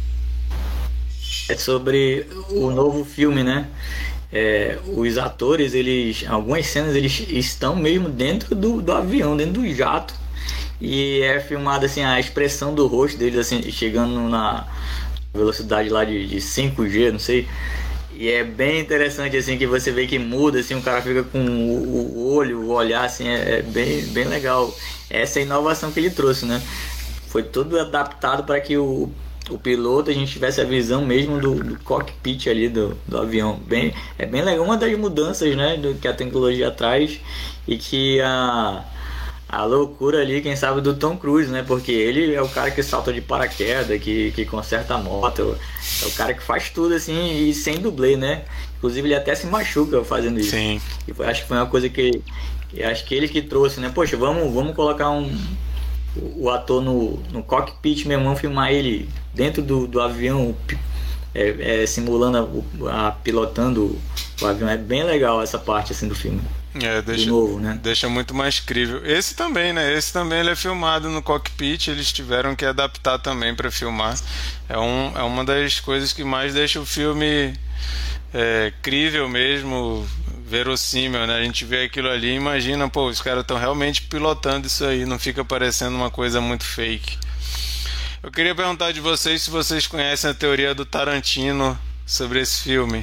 É sobre o novo filme, né? É, os atores, eles, algumas cenas eles estão mesmo dentro do, do avião, dentro do jato, e é filmada assim a expressão do rosto deles assim chegando na velocidade lá de, de cinco G, não sei. E é bem interessante assim que você vê que muda assim, o cara fica com o, o olho, o olhar assim, é, é bem, bem legal. Essa é a inovação que ele trouxe, né? Foi tudo adaptado para que o o piloto, a gente tivesse a visão mesmo do, do cockpit ali do, do avião. Bem, é bem legal, uma das mudanças, né, do que a tecnologia traz, e que a, a loucura ali, quem sabe, do Tom Cruise, né, porque ele é o cara que salta de paraquedas, que, que conserta a moto, é o cara que faz tudo assim, e sem dublê, né, inclusive ele até se machuca fazendo isso. Sim. E foi, acho que foi uma coisa que, que acho que ele que trouxe, né, poxa, vamos, vamos colocar um o ator no, no cockpit mesmo, vamos filmar ele dentro do, do avião, é, é, simulando a, a pilotando o avião. É bem legal essa parte assim do filme. É, deixa, de novo, né? Deixa muito mais crível. Esse também, né? Esse também ele é filmado no cockpit, eles tiveram que adaptar também para filmar. É, um, é uma das coisas que mais deixa o filme é, crível mesmo, verossímil, né? A gente vê aquilo ali e imagina, pô, os caras estão realmente pilotando isso aí, não fica parecendo uma coisa muito fake. Eu queria perguntar de vocês se vocês conhecem a teoria do Tarantino sobre esse filme.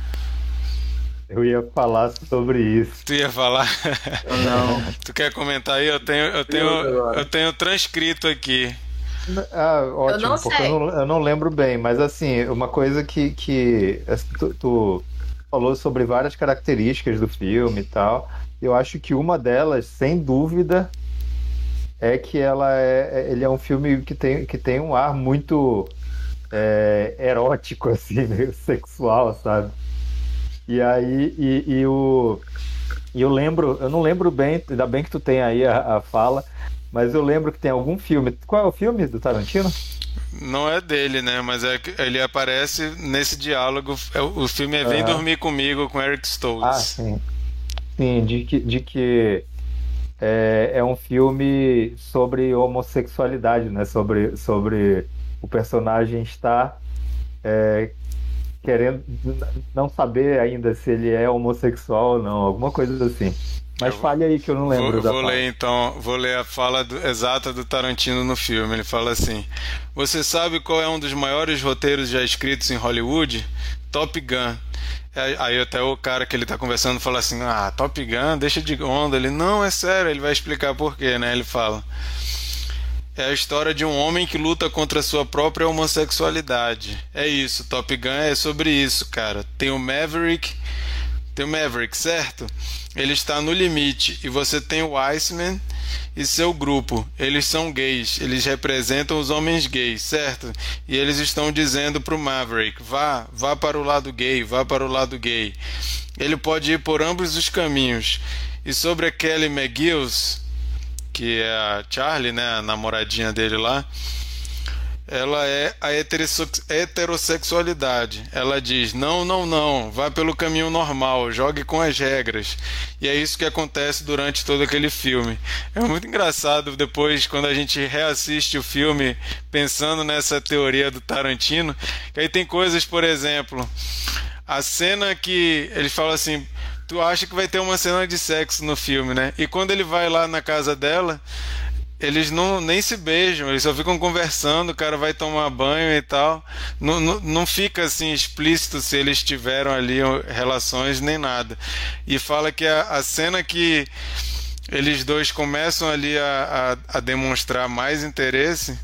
Eu ia falar sobre isso. Tu ia falar? Não. Tu quer comentar aí? Eu tenho, eu tenho, eu tenho transcrito aqui. Ah, ótimo, eu não porque sei. eu não, eu não lembro bem, mas assim, uma coisa que, que tu, tu falou sobre várias características do filme e tal, eu acho que uma delas, sem dúvida, é que ela é, ele é um filme que tem, que tem um ar muito é, erótico, assim, meio sexual, sabe? E aí, e, e o, e eu lembro, eu não lembro bem, ainda bem que tu tem aí a, a fala, mas eu lembro que tem algum filme. Qual é o filme do Tarantino? Não é dele, né? Mas é que ele aparece nesse diálogo. O filme é Vem Uhum. Dormir Comigo com Eric Stoltz. Ah, sim. Sim, de que, de que é, é um filme sobre homossexualidade, né? Sobre, sobre o personagem estar é, querendo não saber ainda se ele é homossexual ou não, alguma coisa assim. Mas Eu fale aí que eu não lembro Vou, da vou fala. ler então, vou ler a fala do- exata do Tarantino no filme. Ele fala assim: Você sabe qual é um dos maiores roteiros já escritos em Hollywood? Top Gun. Aí aí até o cara que ele tá conversando fala assim: Ah, Top Gun, deixa de onda. Ele, não, é sério, ele vai explicar por quê, né? Ele fala: É a história de um homem que luta contra a sua própria homossexualidade. É isso, Top Gun é sobre isso, cara. Tem o Maverick, tem o Maverick, certo? Ele está no limite. E você tem o Iceman e seu grupo. Eles são gays. Eles representam os homens gays, certo? E eles estão dizendo pro Maverick: vá, vá para o lado gay, vá para o lado gay. Ele pode ir por ambos os caminhos. E sobre a Kelly McGillis, que é a Charlie, né, a namoradinha dele lá, ela é a heterosse- heterossexualidade. Ela diz: não, não, não, vá pelo caminho normal, jogue com as regras. E é isso que acontece durante todo aquele filme. É muito engraçado depois, quando a gente reassiste o filme, pensando nessa teoria do Tarantino, que aí tem coisas, por exemplo, a cena que ele fala assim: tu acha que vai ter uma cena de sexo no filme, né? E quando ele vai lá na casa dela, eles não nem se beijam, eles só ficam conversando, o cara vai tomar banho e tal. Não, não, não fica assim explícito se eles tiveram ali relações nem nada. E fala que a, a cena que eles dois começam ali a, a, a demonstrar mais interesse,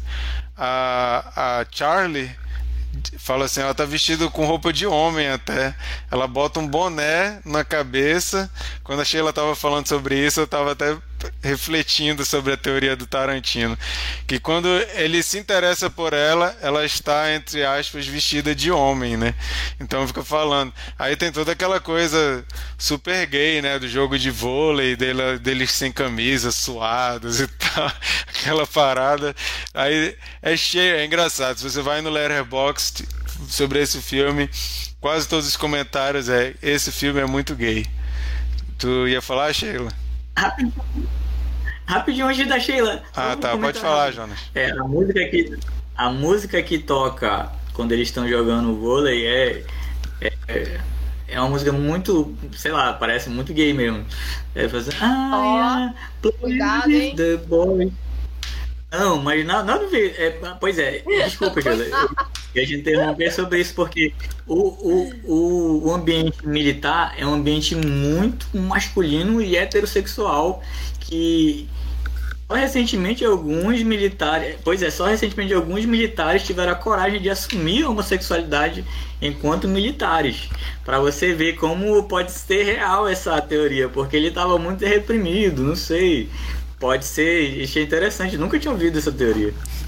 a, a Charlie fala assim, ela tá vestida com roupa de homem até. Ela bota um boné na cabeça. Quando a Sheila tava falando sobre isso, eu tava até refletindo sobre a teoria do Tarantino, que quando ele se interessa por ela, ela está, entre aspas, vestida de homem, né? Então fica falando. Aí tem toda aquela coisa super gay, né? Do jogo de vôlei, dele, deles sem camisa, suados e tal, aquela parada. Aí é cheio, é engraçado. Se você vai no Letterboxd sobre esse filme, quase todos os comentários é: esse filme é muito gay. Tu ia falar, Sheila? Rapidinho, rapidinho antes da Sheila. Ah, tá, pode falar, Jonas. É, a música que, a música que toca quando eles estão jogando vôlei é, é, é uma música muito, sei lá, parece muito gay mesmo. É fazendo, ah, oh, cuidado, hein? The boy. Não, mas nada, nada a ver. É, pois é, desculpa, Sheila. E a gente interromper sobre isso porque o, o, o ambiente militar é um ambiente muito masculino e heterossexual que só recentemente alguns militares, pois é, só recentemente alguns militares tiveram a coragem de assumir a homossexualidade enquanto militares, para você ver como pode ser real essa teoria, porque ele estava muito reprimido, não sei, pode ser, achei interessante, nunca tinha ouvido essa teoria.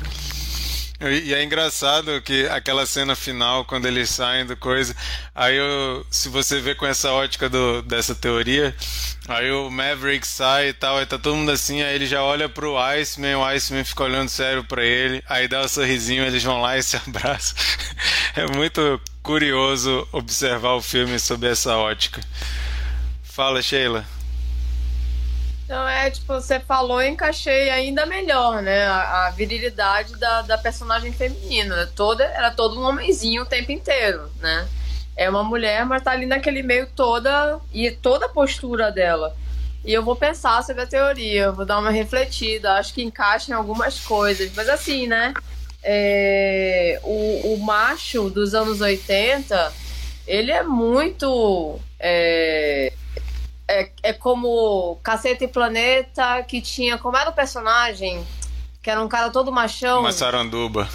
E é engraçado que aquela cena final, quando eles saem do coisa, aí eu, se você vê com essa ótica do, dessa teoria, aí o Maverick sai e tal, aí tá todo mundo assim, aí ele já olha pro Iceman, o Iceman fica olhando sério pra ele, aí dá um sorrisinho, eles vão lá e se abraçam. É muito curioso observar o filme sob essa ótica. Fala, Sheila. Então é, tipo, você falou e encaixei ainda melhor, né? A, a virilidade da, da personagem feminina. Toda, era todo um homenzinho o tempo inteiro, né? É uma mulher, mas tá ali naquele meio toda, e toda a postura dela. E eu vou pensar sobre a teoria, eu vou dar uma refletida, acho que encaixa em algumas coisas. Mas assim, né? É, o, o macho dos anos oitenta, ele é muito... É, É, é como Caceta e Planeta, que tinha... Como era o personagem? Que era um cara todo machão. Massaranduba.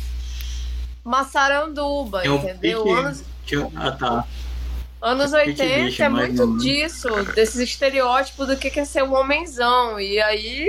Massaranduba, Eu entendeu? fiquei... Anos, Ah, tá. anos oitenta é muito disso, desses estereótipos do que é ser um homenzão. E aí...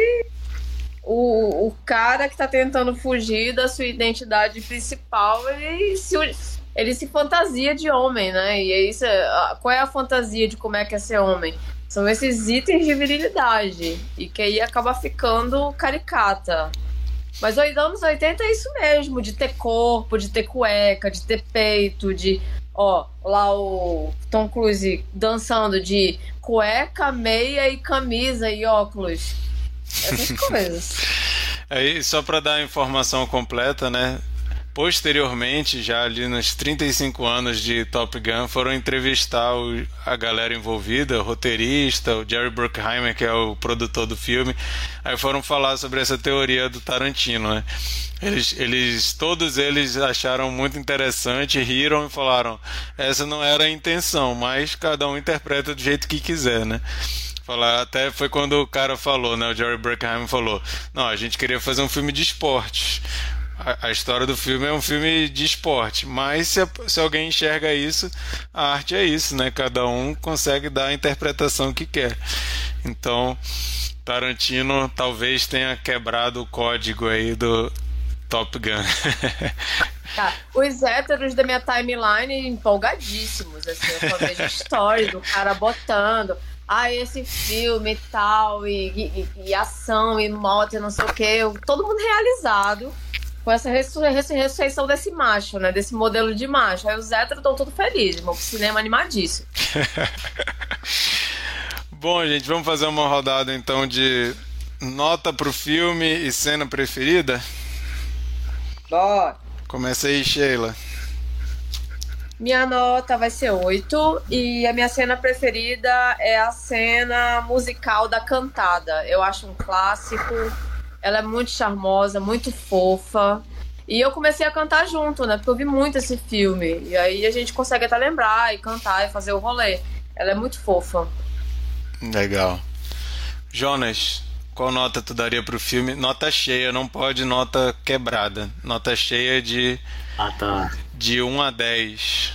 O, o cara que tá tentando fugir da sua identidade principal, ele se... Ele se fantasia de homem, né? E é isso, qual é a fantasia de como é que é ser homem? São esses itens de virilidade. E que aí acaba ficando caricata. Mas os anos oitenta é isso mesmo, de ter corpo, de ter cueca, de ter peito, de... Ó, lá o Tom Cruise dançando de cueca, meia e camisa e óculos. Essas coisas. Aí, só para dar a informação completa, né? Posteriormente, já ali nos trinta e cinco anos de Top Gun, foram entrevistar o, a galera envolvida, o roteirista, o Jerry Bruckheimer, que é o produtor do filme. Aí foram falar sobre essa teoria do Tarantino, né? Eles, eles, todos eles acharam muito interessante, riram e falaram: essa não era a intenção, mas cada um interpreta do jeito que quiser, né? Falar, até foi quando o cara falou, né? O Jerry Bruckheimer falou: não, a gente queria fazer um filme de esportes. A história do filme é um filme de esporte, mas se, se alguém enxerga isso, a arte é isso, né? Cada um consegue dar a interpretação que quer. Então, Tarantino talvez tenha quebrado o código aí do Top Gun. Tá. Os héteros da minha timeline empolgadíssimos, assim, eu só vejo stories do cara botando... Ah, esse filme e tal, e, e, e ação, e moto, e não sei o que, todo mundo realizado com essa ressurreição desse macho, né? Desse modelo de macho. Aí os héteros estão todos felizes, vão pro cinema animadíssimo. Bom, gente, vamos fazer uma rodada então de nota pro filme e cena preferida? Bora! Começa aí, Sheila. Minha nota vai ser oito e a minha cena preferida é a cena musical da cantada. Eu acho um clássico, ela é muito charmosa, muito fofa. E eu comecei a cantar junto, né? Porque eu vi muito esse filme. E aí a gente consegue até lembrar e cantar e fazer o rolê. Ela é muito fofa. Legal. Jonas, qual nota tu daria pro filme? Nota cheia, não pode nota quebrada. Nota cheia de... Ah, tá. De um a dez.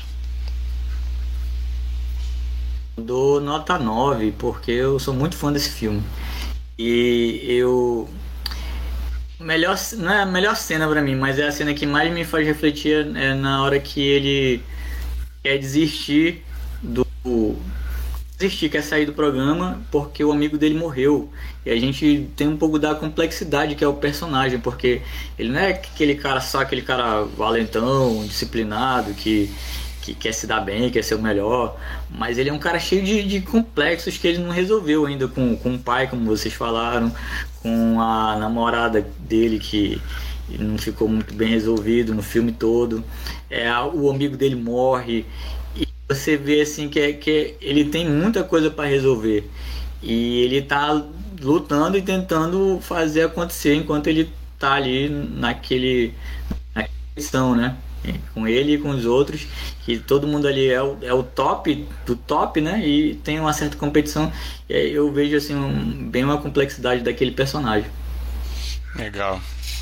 Dou nota nove, porque eu sou muito fã desse filme. E eu melhor não é a melhor cena pra mim, mas é a cena que mais me faz refletir é na hora que ele quer desistir do desistir, quer sair do programa porque o amigo dele morreu. E a gente tem um pouco da complexidade que é o personagem, porque ele não é aquele cara só aquele cara valentão, disciplinado, que, que quer se dar bem, quer ser o melhor, mas ele é um cara cheio de, de complexos que ele não resolveu ainda com, com o pai, como vocês falaram, com a namorada dele que não ficou muito bem resolvido no filme todo. É, o amigo dele morre. Você vê assim que, é, que ele tem muita coisa para resolver e ele tá lutando e tentando fazer acontecer enquanto ele tá ali naquele naquela questão, né? Com ele e com os outros, que todo mundo ali é o, é o top do top, né? E tem uma certa competição. E aí eu vejo assim um, bem uma complexidade daquele personagem. Legal.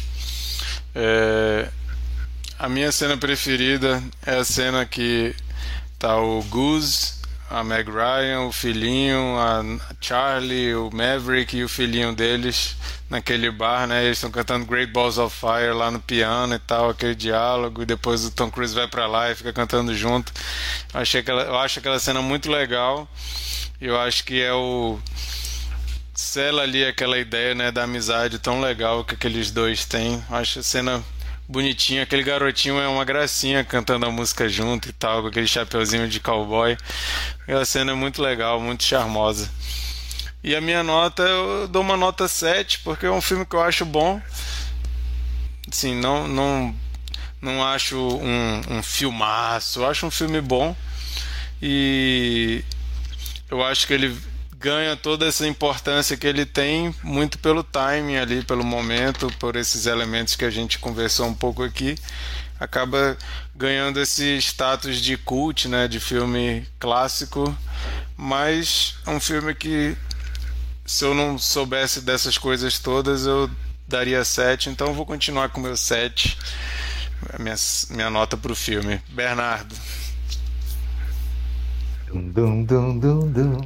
É, a minha cena preferida é a cena que tá o Goose, a Meg Ryan, o filhinho, a Charlie, o Maverick e o filhinho deles naquele bar, né? Eles estão cantando Great Balls of Fire lá no piano e tal, aquele diálogo, e depois o Tom Cruise vai pra lá e fica cantando junto. Eu, achei aquela, eu acho aquela cena muito legal. Eu acho que é o sela ali aquela ideia, né, da amizade tão legal que aqueles dois têm. Eu acho a cena bonitinho, aquele garotinho é uma gracinha cantando a música junto e tal, com aquele chapeuzinho de cowboy. Aquela cena é muito legal, muito charmosa. E a minha nota, eu dou uma nota sete, porque é um filme que eu acho bom. Assim, não, não, não acho um, um filmaço, eu acho um filme bom. E eu acho que ele ganha toda essa importância que ele tem muito pelo timing ali, pelo momento, por esses elementos que a gente conversou um pouco aqui, acaba ganhando esse status de cult, né, de filme clássico, mas é um filme que, se eu não soubesse dessas coisas todas, eu daria sete, então eu vou continuar com o meu sete, a minha, minha nota pro filme. Bernardo. Dum, dum, dum, dum.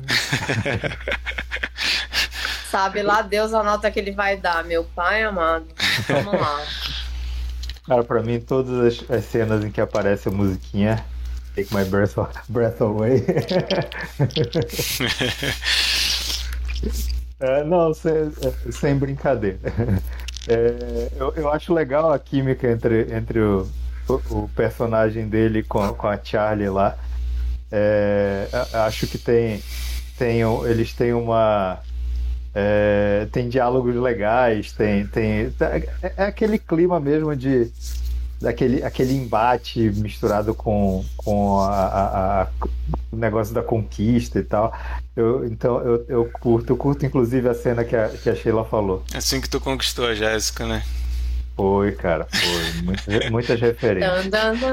Sabe lá Deus a nota que ele vai dar, meu pai amado. Vamos lá. Cara, pra mim, todas as, as cenas em que aparece a musiquinha Take My Breath, breath Away. é, não, sem, sem brincadeira. É, eu, eu acho legal a química entre, entre o, o, o personagem dele com, com a Charlie lá. É, acho que tem, tem eles têm uma é, tem diálogos legais, tem, tem é, é aquele clima mesmo de daquele aquele embate misturado com, com a, a, a, o negócio da conquista e tal. Eu, então eu, eu curto, eu curto inclusive a cena que a, que a Sheila falou. Assim que tu conquistou a Jéssica, né? Foi, cara, foi. Muitas, muitas referências. Dan, dan, dan.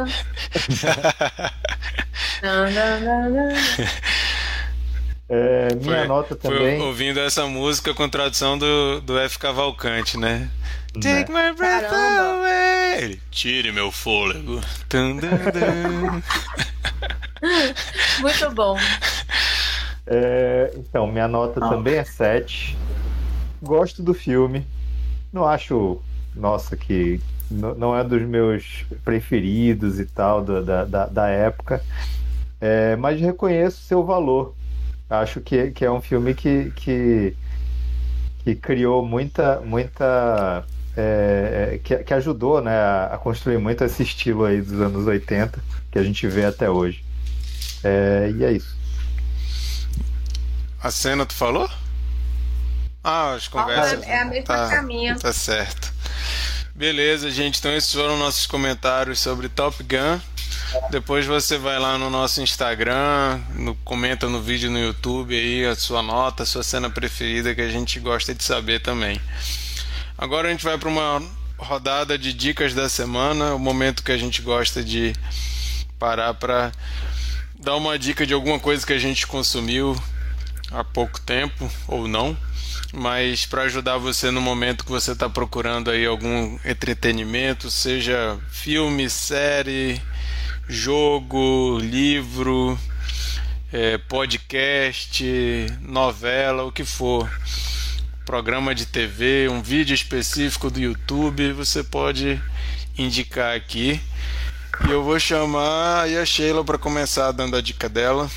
Dan, dan, dan, dan. É, minha foi, nota também. Foi ouvindo essa música com tradução do, do F. Cavalcante, né? Take my breath Caramba. away. Ele, tire meu fôlego. Dun, dun, dun. Muito bom. É, então, minha nota Não. também é sete. Gosto do filme. Não acho, nossa, que n- não é dos meus preferidos e tal da, da, da, da época. É, mas reconheço seu valor. Acho que, que é um filme que, que, que criou muita, muita é, é, que, que ajudou, né, a, a construir muito esse estilo aí dos anos oitenta que a gente vê até hoje. É, e é isso. A cena tu falou? Ah, as conversas. é a mesma tá, que a minha. Tá certo. Beleza, gente. Então esses foram nossos comentários sobre Top Gun. Depois você vai lá no nosso Instagram, no, comenta no vídeo no YouTube aí a sua nota, a sua cena preferida, que a gente gosta de saber também. Agora a gente vai para uma rodada de dicas da semana, o momento que a gente gosta de parar para dar uma dica de alguma coisa que a gente consumiu há pouco tempo ou não, mas para ajudar você no momento que você está procurando aí algum entretenimento, seja filme, série, jogo, livro, é, podcast, novela, o que for. programa de T V, um vídeo específico do YouTube, você pode indicar aqui. E eu vou chamar aí a Sheila para começar dando a dica dela.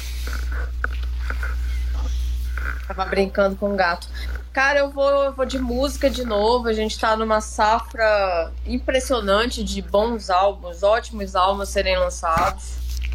Tava brincando com o gato. Cara, eu vou, eu vou de música de novo. A gente tá numa safra impressionante de bons álbuns, ótimos álbuns serem lançados.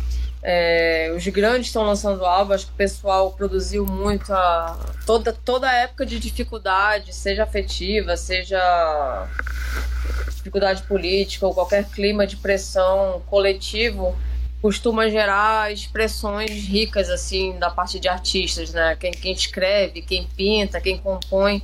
É, os grandes estão lançando álbuns. Acho que o pessoal produziu muito a, toda, toda a época de dificuldade, seja afetiva, seja dificuldade política ou qualquer clima de pressão coletivo, costuma gerar expressões ricas, assim, da parte de artistas, né? Quem, quem escreve, quem pinta, quem compõe,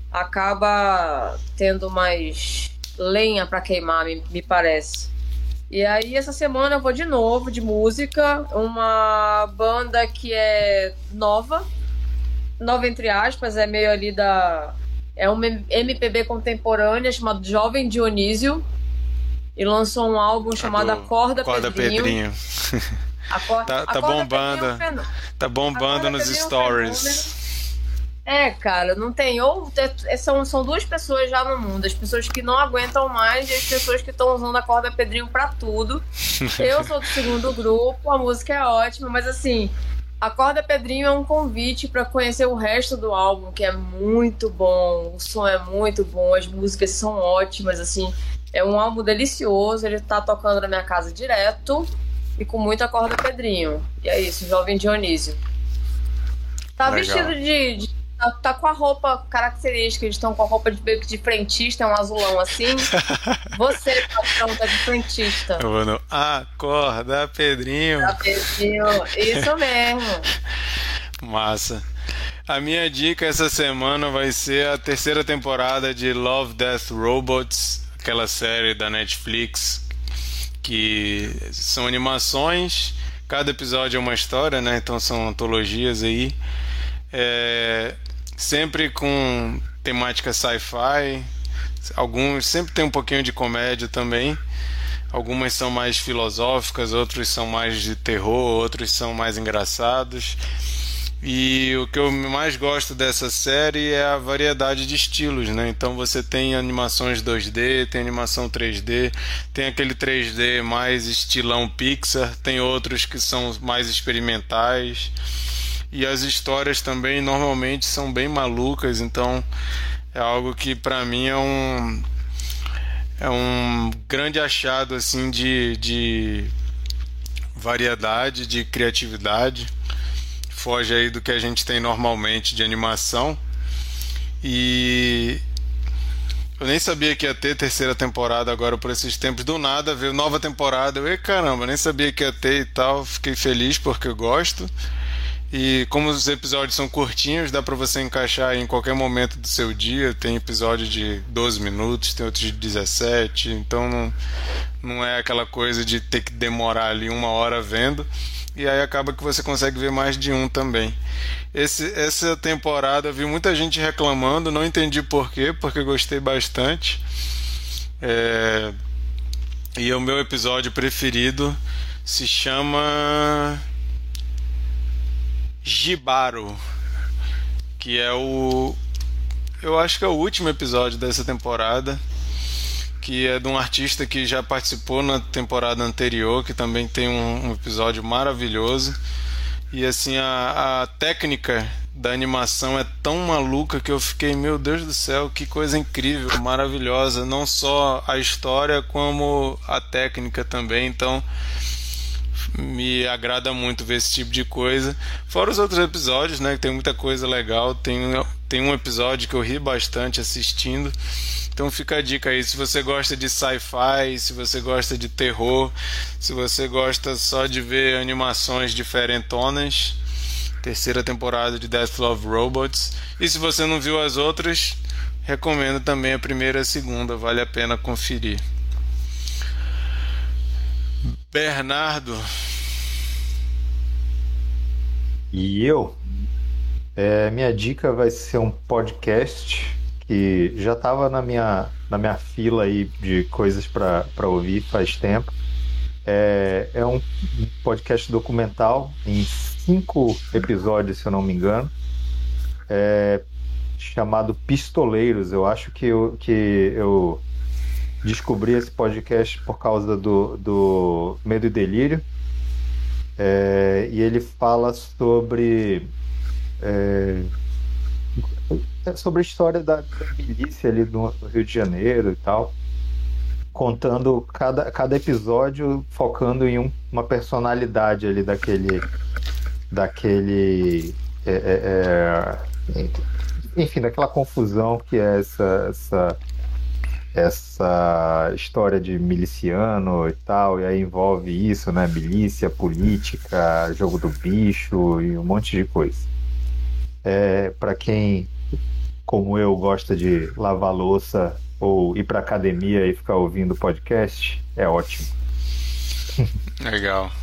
acaba tendo mais lenha para queimar, me, me parece. E aí, essa semana eu vou de novo de música, uma banda que é nova, nova entre aspas, é meio ali da... é uma M P B contemporânea chamada Jovem Dionísio, e lançou um álbum chamado Acorda, Acorda Pedrinho. Pedrinho. Acor... tá, tá Acorda bombando, Pedrinho é um fenô... tá bombando Acorda nos Pedrinho stories. É, um é, cara, não tem. Ou é, são, são duas pessoas já no mundo: as pessoas que não aguentam mais e as pessoas que estão usando Acorda Pedrinho pra tudo. Eu sou do segundo grupo, a música é ótima, mas assim, Acorda Pedrinho é um convite para conhecer o resto do álbum, que é muito bom, o som é muito bom, as músicas são ótimas, assim. É um álbum delicioso, ele tá tocando na minha casa direto e com muita Acorda Pedrinho. E é isso, Jovem Dionísio. Tá Legal. Vestido de... de tá, tá com a roupa característica, eles estão com a roupa de, de frentista, é um azulão assim. Você tá pronta de frentista. Eu vou no Acorda Pedrinho. Tá, Pedrinho, isso mesmo. Massa. A minha dica essa semana vai ser a terceira temporada de Love, Death, Robots, aquela série da Netflix que são animações, cada episódio é uma história, né? Então são antologias aí, é, sempre com temática sci-fi, alguns sempre tem um pouquinho de comédia também, algumas são mais filosóficas, outros são mais de terror, outros são mais engraçados. E o que eu mais gosto dessa série é a variedade de estilos, né? Então você tem animações dois D, tem animação três D, tem aquele três D mais estilão Pixar, tem outros que são mais experimentais. E as histórias também normalmente são bem malucas, então é algo que para mim é um é um grande achado assim de, de variedade, de criatividade. Foge aí do que a gente tem normalmente de animação. E eu nem sabia que ia ter terceira temporada agora por esses tempos. Do nada veio nova temporada. Eu, ei, caramba, nem sabia que ia ter e tal. Fiquei feliz porque eu gosto. E como os episódios são curtinhos, dá pra você encaixar em qualquer momento do seu dia. Tem episódio de doze minutos, tem outros de dezessete. Então não, não é aquela coisa de ter que demorar ali uma hora vendo. E aí acaba que você consegue ver mais de um também. Esse, essa temporada eu vi muita gente reclamando, não entendi porquê, porque gostei bastante. É... E o meu episódio preferido se chama Jibaro, que é o... eu acho que é o último episódio dessa temporada, que é de um artista que já participou na temporada anterior, que também tem um, um episódio maravilhoso. E assim, a, a técnica da animação é tão maluca que eu fiquei, meu Deus do céu, que coisa incrível, maravilhosa. Não só a história, como a técnica também. Então me agrada muito ver esse tipo de coisa. Fora os outros episódios, né, que tem muita coisa legal. Tem, tem um episódio que eu ri bastante assistindo. Então fica a dica aí, se você gosta de sci-fi, se você gosta de terror, se você gosta só de ver animações diferentonas, terceira temporada de Death, Love, Robots. E se você não viu as outras, recomendo também a primeira e a segunda, vale a pena conferir. Bernardo. E eu? É, minha dica vai ser um podcast que já estava na minha, na minha fila aí de coisas para ouvir faz tempo. É, é um podcast documental em cinco episódios, se eu não me engano. É, chamado Pistoleiros. Eu acho que eu, que eu descobri esse podcast por causa do, do Medo e Delírio. É, e ele fala sobre é, sobre a história da, da milícia ali do, do Rio de Janeiro e tal, contando cada, cada episódio focando em um, uma personalidade ali daquele daquele é, é, é, enfim, daquela confusão que é essa, essa essa história de miliciano e tal, e aí envolve isso, né? Milícia, política, jogo do bicho e um monte de coisa. É, para quem, como eu, gosta de lavar louça ou ir pra academia e ficar ouvindo podcast, é ótimo. Legal.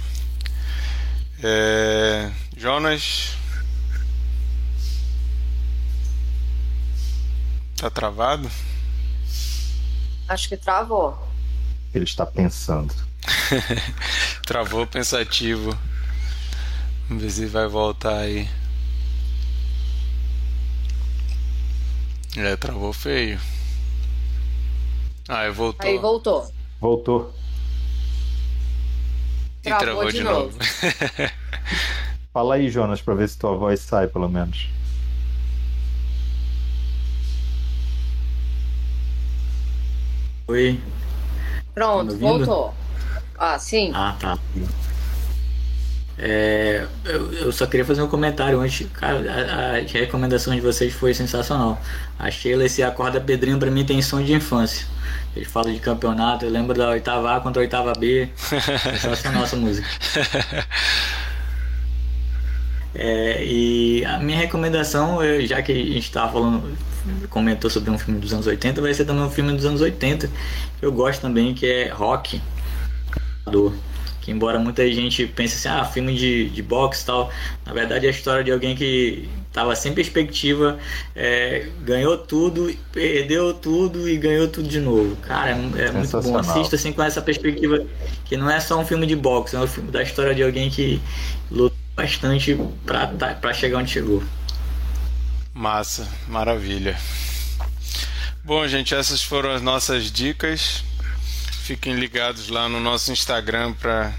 É... Jonas? Tá travado? Acho que travou. Ele está pensando. Travou pensativo. Vamos ver se vai voltar aí. É, travou feio. Ah, e voltou. Aí voltou. Voltou. E Travou travou de, de novo. novo. Fala aí, Jonas, para ver se tua voz sai, pelo menos. Oi. Pronto, Tá me ouvindo? voltou. Ah, sim. Ah, tá. É, eu, eu só queria fazer um comentário antes. Cara, a, a recomendação de vocês foi sensacional. A Sheila, esse Acorda Pedrinho, pra mim tem som de infância. Ele fala de campeonato, eu lembro da oitava A contra a oitava B. Sensacional essa música. É, e a minha recomendação, eu- já que a gente estava falando, comentou sobre um filme dos anos oitenta, vai ser também um filme dos anos oitenta, que eu gosto também, que é Rock. Do, que embora muita gente pense assim, ah, filme de, de boxe e tal, na verdade é a história de alguém que estava sem perspectiva, é, ganhou tudo, perdeu tudo e ganhou tudo de novo. Cara, é, é muito bom. Sensacional. Assista assim com essa perspectiva, que não é só um filme de boxe, é um filme da história de alguém que lutou bastante pra, tá- pra chegar onde chegou. Massa, maravilha. Bom, gente, essas foram as nossas dicas. Fiquem ligados lá no nosso Instagram para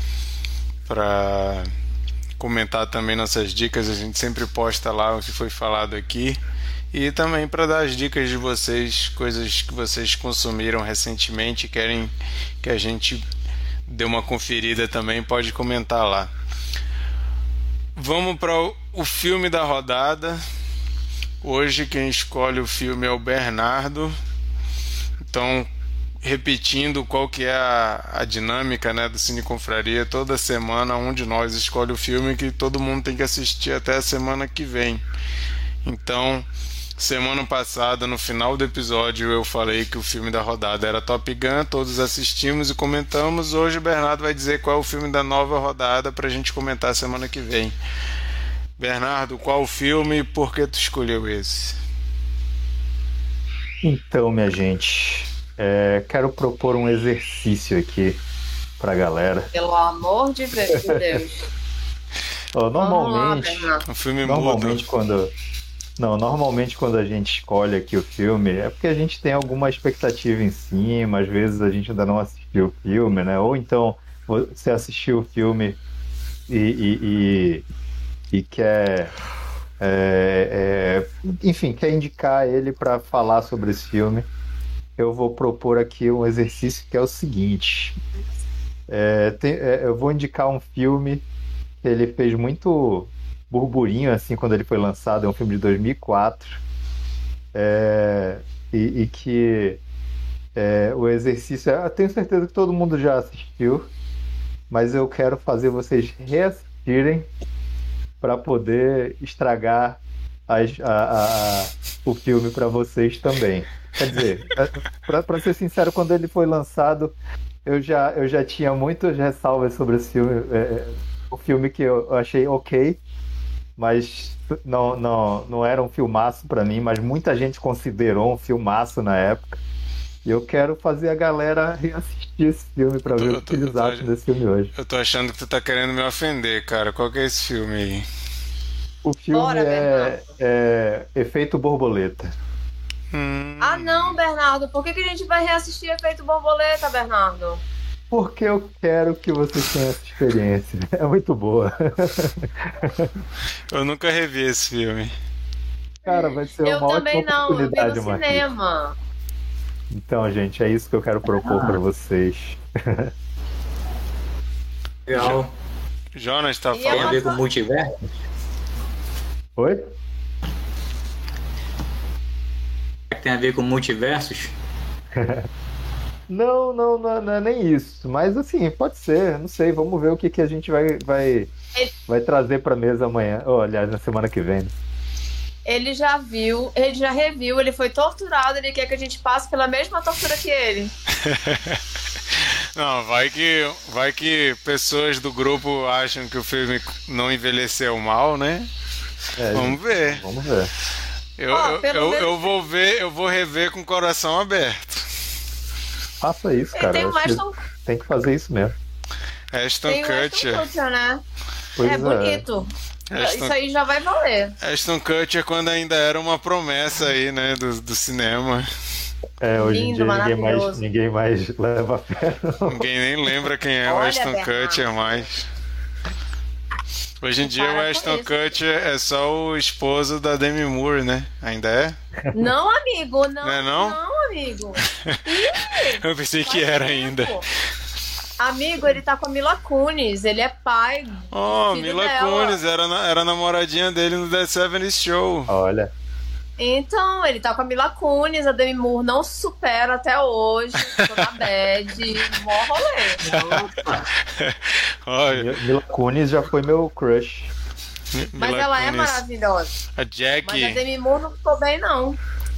para comentar também nossas dicas. A gente sempre posta lá o que foi falado aqui. E também para dar as dicas de vocês, coisas que vocês consumiram recentemente e querem que a gente dê uma conferida também, pode comentar lá. Vamos para o o filme da rodada. Hoje quem escolhe o filme é o Bernardo. Então, repetindo qual que é a, a dinâmica, né, do Cine Confraria, toda semana um de nós escolhe o filme que todo mundo tem que assistir até a semana que vem. Então, semana passada, no final do episódio, eu falei que o filme da rodada era Top Gun, todos assistimos e comentamos. Hoje o Bernardo vai dizer qual é o filme da nova rodada pra gente comentar semana que vem. Bernardo, qual o filme e por que tu escolheu esse? Então, minha gente, é, quero propor um exercício aqui pra galera. Pelo amor de Deus. de Deus. Ó, Vamos lá, normalmente, Bernardo. Um filme normalmente mudo. quando não, normalmente quando a gente escolhe aqui o filme é porque a gente tem alguma expectativa em cima, às vezes a gente ainda não assistiu o filme, né? Ou então você assistiu o filme e, e, e, e quer, é, é, enfim, quer indicar ele para falar sobre esse filme. Eu vou propor aqui um exercício que é o seguinte: é, tem- é, eu vou indicar um filme que ele fez muito burburinho assim quando ele foi lançado. É um filme de dois mil e quatro, é, e, e que é, o exercício, eu tenho certeza que todo mundo já assistiu, mas eu quero fazer vocês reassistirem para poder estragar as- a- a- a- o filme para vocês também. Quer dizer, para ser sincero, quando ele foi lançado, eu já, eu já tinha muitas ressalvas sobre esse filme. É, é, o filme que eu achei ok, mas não, não, não era um filmaço para mim, mas muita gente considerou um filmaço na época. E eu quero fazer a galera reassistir esse filme para Eu tô- ver eu o tô- que eles eu tô- acham desse filme hoje. Eu tô achando que tu tá querendo me ofender, cara. Qual que é esse filme aí? O filme Bora, é, é Efeito Borboleta. Hum, Ah, não, Bernardo. Por que, que a gente vai reassistir Efeito Borboleta, Bernardo? Porque eu quero que vocês tenham essa experiência. É muito boa. eu nunca revi esse filme. Cara, vai ser Eu uma também ótima não, eu vi oportunidade, no Marquinhos. cinema. Então, gente, é isso que eu quero propor pra vocês. Legal. Jonas tá E Tem a falando. ver com multiverso? Oi? Tem a ver com multiversos? Não, não, não, não é nem isso. Mas assim, pode ser, não sei. Vamos ver o que, que a gente vai, vai, Ele- vai trazer pra mesa amanhã. Ou, aliás, na semana que vem. Ele já viu, ele já reviu, ele foi torturado, ele quer que a gente passe pela mesma tortura que ele. Não, vai que, vai que pessoas do grupo acham que o filme não envelheceu mal, né? É, Vamos ver. vamos ver. Eu, Ó, eu, pelo eu, menos- eu vou ver, eu vou rever com o coração aberto. Faça isso, Ele cara. tem Eu o acho que Ashton, tem que fazer isso mesmo. Ashton tem o Ashton Kutcher. Kutcher, né? Pois é bonito. Ashton, Isso aí já vai valer. Ashton Kutcher quando ainda era uma promessa aí, né, do, do cinema. É, hoje em Lindo, dia ninguém mais, maravilhoso. ninguém mais leva a fé. não. Ninguém nem lembra quem é o Olha, Ashton Bernardo. Kutcher mais. Hoje em dia Para o com Ashton isso. Kutcher é só o esposo da Demi Moore, né? Ainda é? Não, amigo, não. Não é não? amigo. Eu pensei que Faz era tempo. ainda. Amigo, ele tá com a Mila Kunis, ele é pai. do Oh, filho Mila dela. Kunis, era, na- era namoradinha dele no The seventies Show. Olha, Então, ele tá com a Mila Kunis, a Demi Moore não supera até hoje. Tô na bad, mó rolê. Olha, Mila Mila Kunis já foi meu crush. Mas Mila ela é Kunis. maravilhosa. A Mas a Jackie. Demi Moore não ficou bem, não.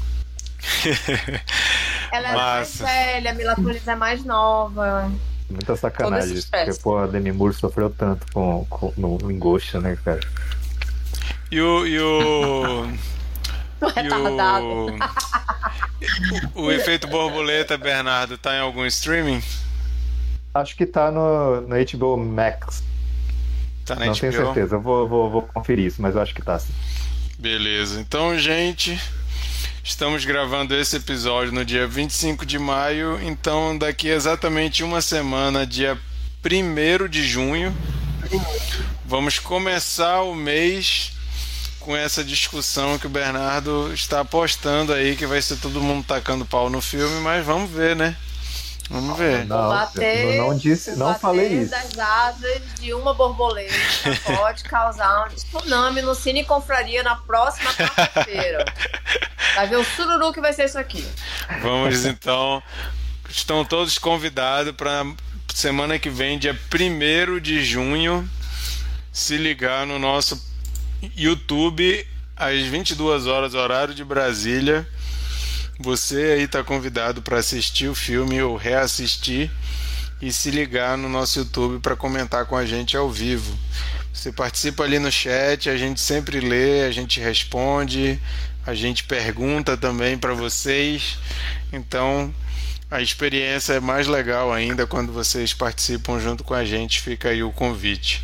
Ela é Massa. mais velha, a Mila Kunis é mais nova. Muita sacanagem Todo esse isso, porque estresse. pô, a Demi Moore sofreu tanto com, com, no, no Engosta, né, cara? E o. E o. E Retardado. o, o, o efeito borboleta, Bernardo, tá em algum streaming? Acho que tá no, no H B O Max. Tá na Não H B O? tenho certeza, eu vou, vou, vou conferir isso, mas eu acho que tá sim. Beleza. Então, gente, estamos gravando esse episódio no dia vinte e cinco de maio. Então, daqui a exatamente uma semana, dia primeiro de junho, vamos começar o mês com essa discussão que o Bernardo está apostando aí, que vai ser todo mundo tacando pau no filme, mas vamos ver, né? Vamos ver. Não, bater, eu não disse, não bater falei isso. das asas de uma borboleta pode causar um tsunami no Cine Confraria na próxima quarta-feira. Vai ver o sururu que vai ser isso aqui. Vamos então. Estão todos convidados para semana que vem, dia primeiro de junho, se ligar no nosso YouTube às vinte e duas horas, horário de Brasília. Você aí está convidado para assistir o filme ou reassistir e se ligar no nosso YouTube para comentar com a gente ao vivo. Você participa ali no chat, a gente sempre lê, a gente responde, a gente pergunta também para vocês. Então, a experiência é mais legal ainda quando vocês participam junto com a gente. Fica aí o convite.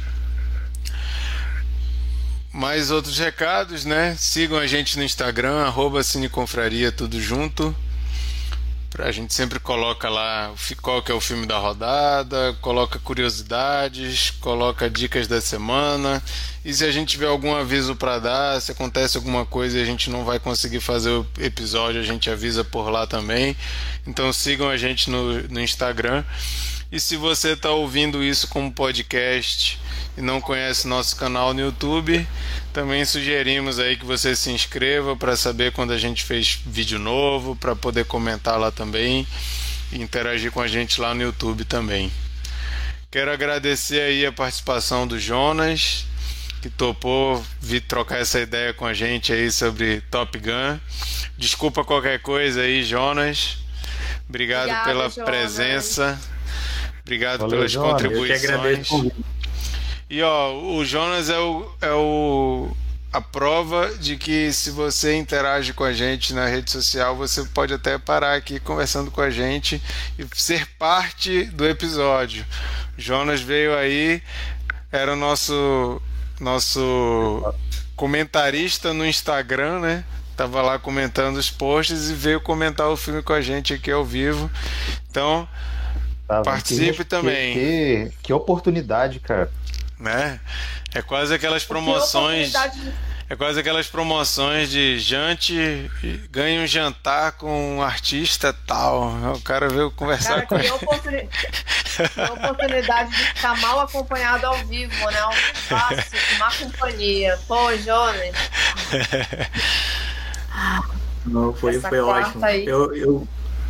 Mais outros recados, né? Sigam a gente no Instagram, arroba Cineconfraria, tudo junto. A gente sempre coloca lá qual que é o filme da rodada, coloca curiosidades, coloca dicas da semana. E se a gente tiver algum aviso para dar, se acontece alguma coisa e a gente não vai conseguir fazer o episódio, a gente avisa por lá também. Então sigam a gente no, no Instagram. E se você está ouvindo isso como podcast e não conhece nosso canal no YouTube, também sugerimos aí que você se inscreva para saber quando a gente fez vídeo novo, para poder comentar lá também e interagir com a gente lá no YouTube também. Quero agradecer aí a participação do Jonas, que topou vir trocar essa ideia com a gente aí sobre Top Gun. Desculpa qualquer coisa aí, Jonas. Obrigado Obrigada, pela Jonas. presença. Obrigado Valeu, pelas Jonas. Eu que contribuições. agradeço o convite. E ó, o Jonas é, o, é o, a prova de que se você interage com a gente na rede social, você pode até parar aqui conversando com a gente e ser parte do episódio. O Jonas veio aí, era o nosso, nosso comentarista no Instagram, né? Tava lá comentando os posts e veio comentar o filme com a gente aqui ao vivo. Então, Tá, participe que, também. Que, que oportunidade, cara. Né? É quase aquelas promoções. É quase aquelas promoções de jante, ganha um jantar com um artista tal. O cara veio conversar Cara, com que ele. oportuni- que oportunidade de ficar mal acompanhado ao vivo, né? Ao vivaço, com má companhia. Pô, Jonas. Não, foi, Essa foi quarta ótimo. aí. Eu, eu...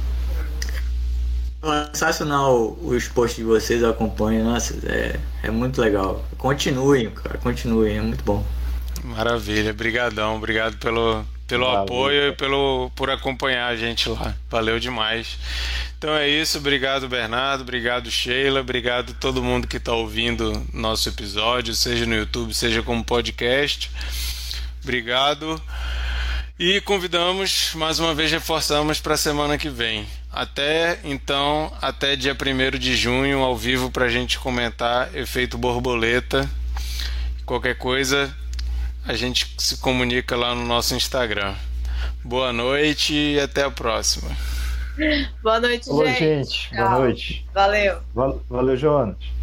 Sensacional os posts de vocês, eu acompanho. Nossa, é, é muito legal. Continuem, cara, continuem, é muito bom. Maravilha, brigadão, obrigado pelo, pelo Valeu, apoio cara. e pelo, por acompanhar a gente lá. Valeu demais. Então é isso, obrigado Bernardo, obrigado Sheila, obrigado todo mundo que está ouvindo nosso episódio, seja no YouTube, seja como podcast. Obrigado. E convidamos, mais uma vez reforçamos para a semana que vem. Até então, até dia primeiro de junho, ao vivo, para a gente comentar Efeito Borboleta. Qualquer coisa, a gente se comunica lá no nosso Instagram. Boa noite e até a próxima. Boa noite, Oi, gente. gente. Boa Tchau. noite. Valeu. Val- Valeu, Jonas.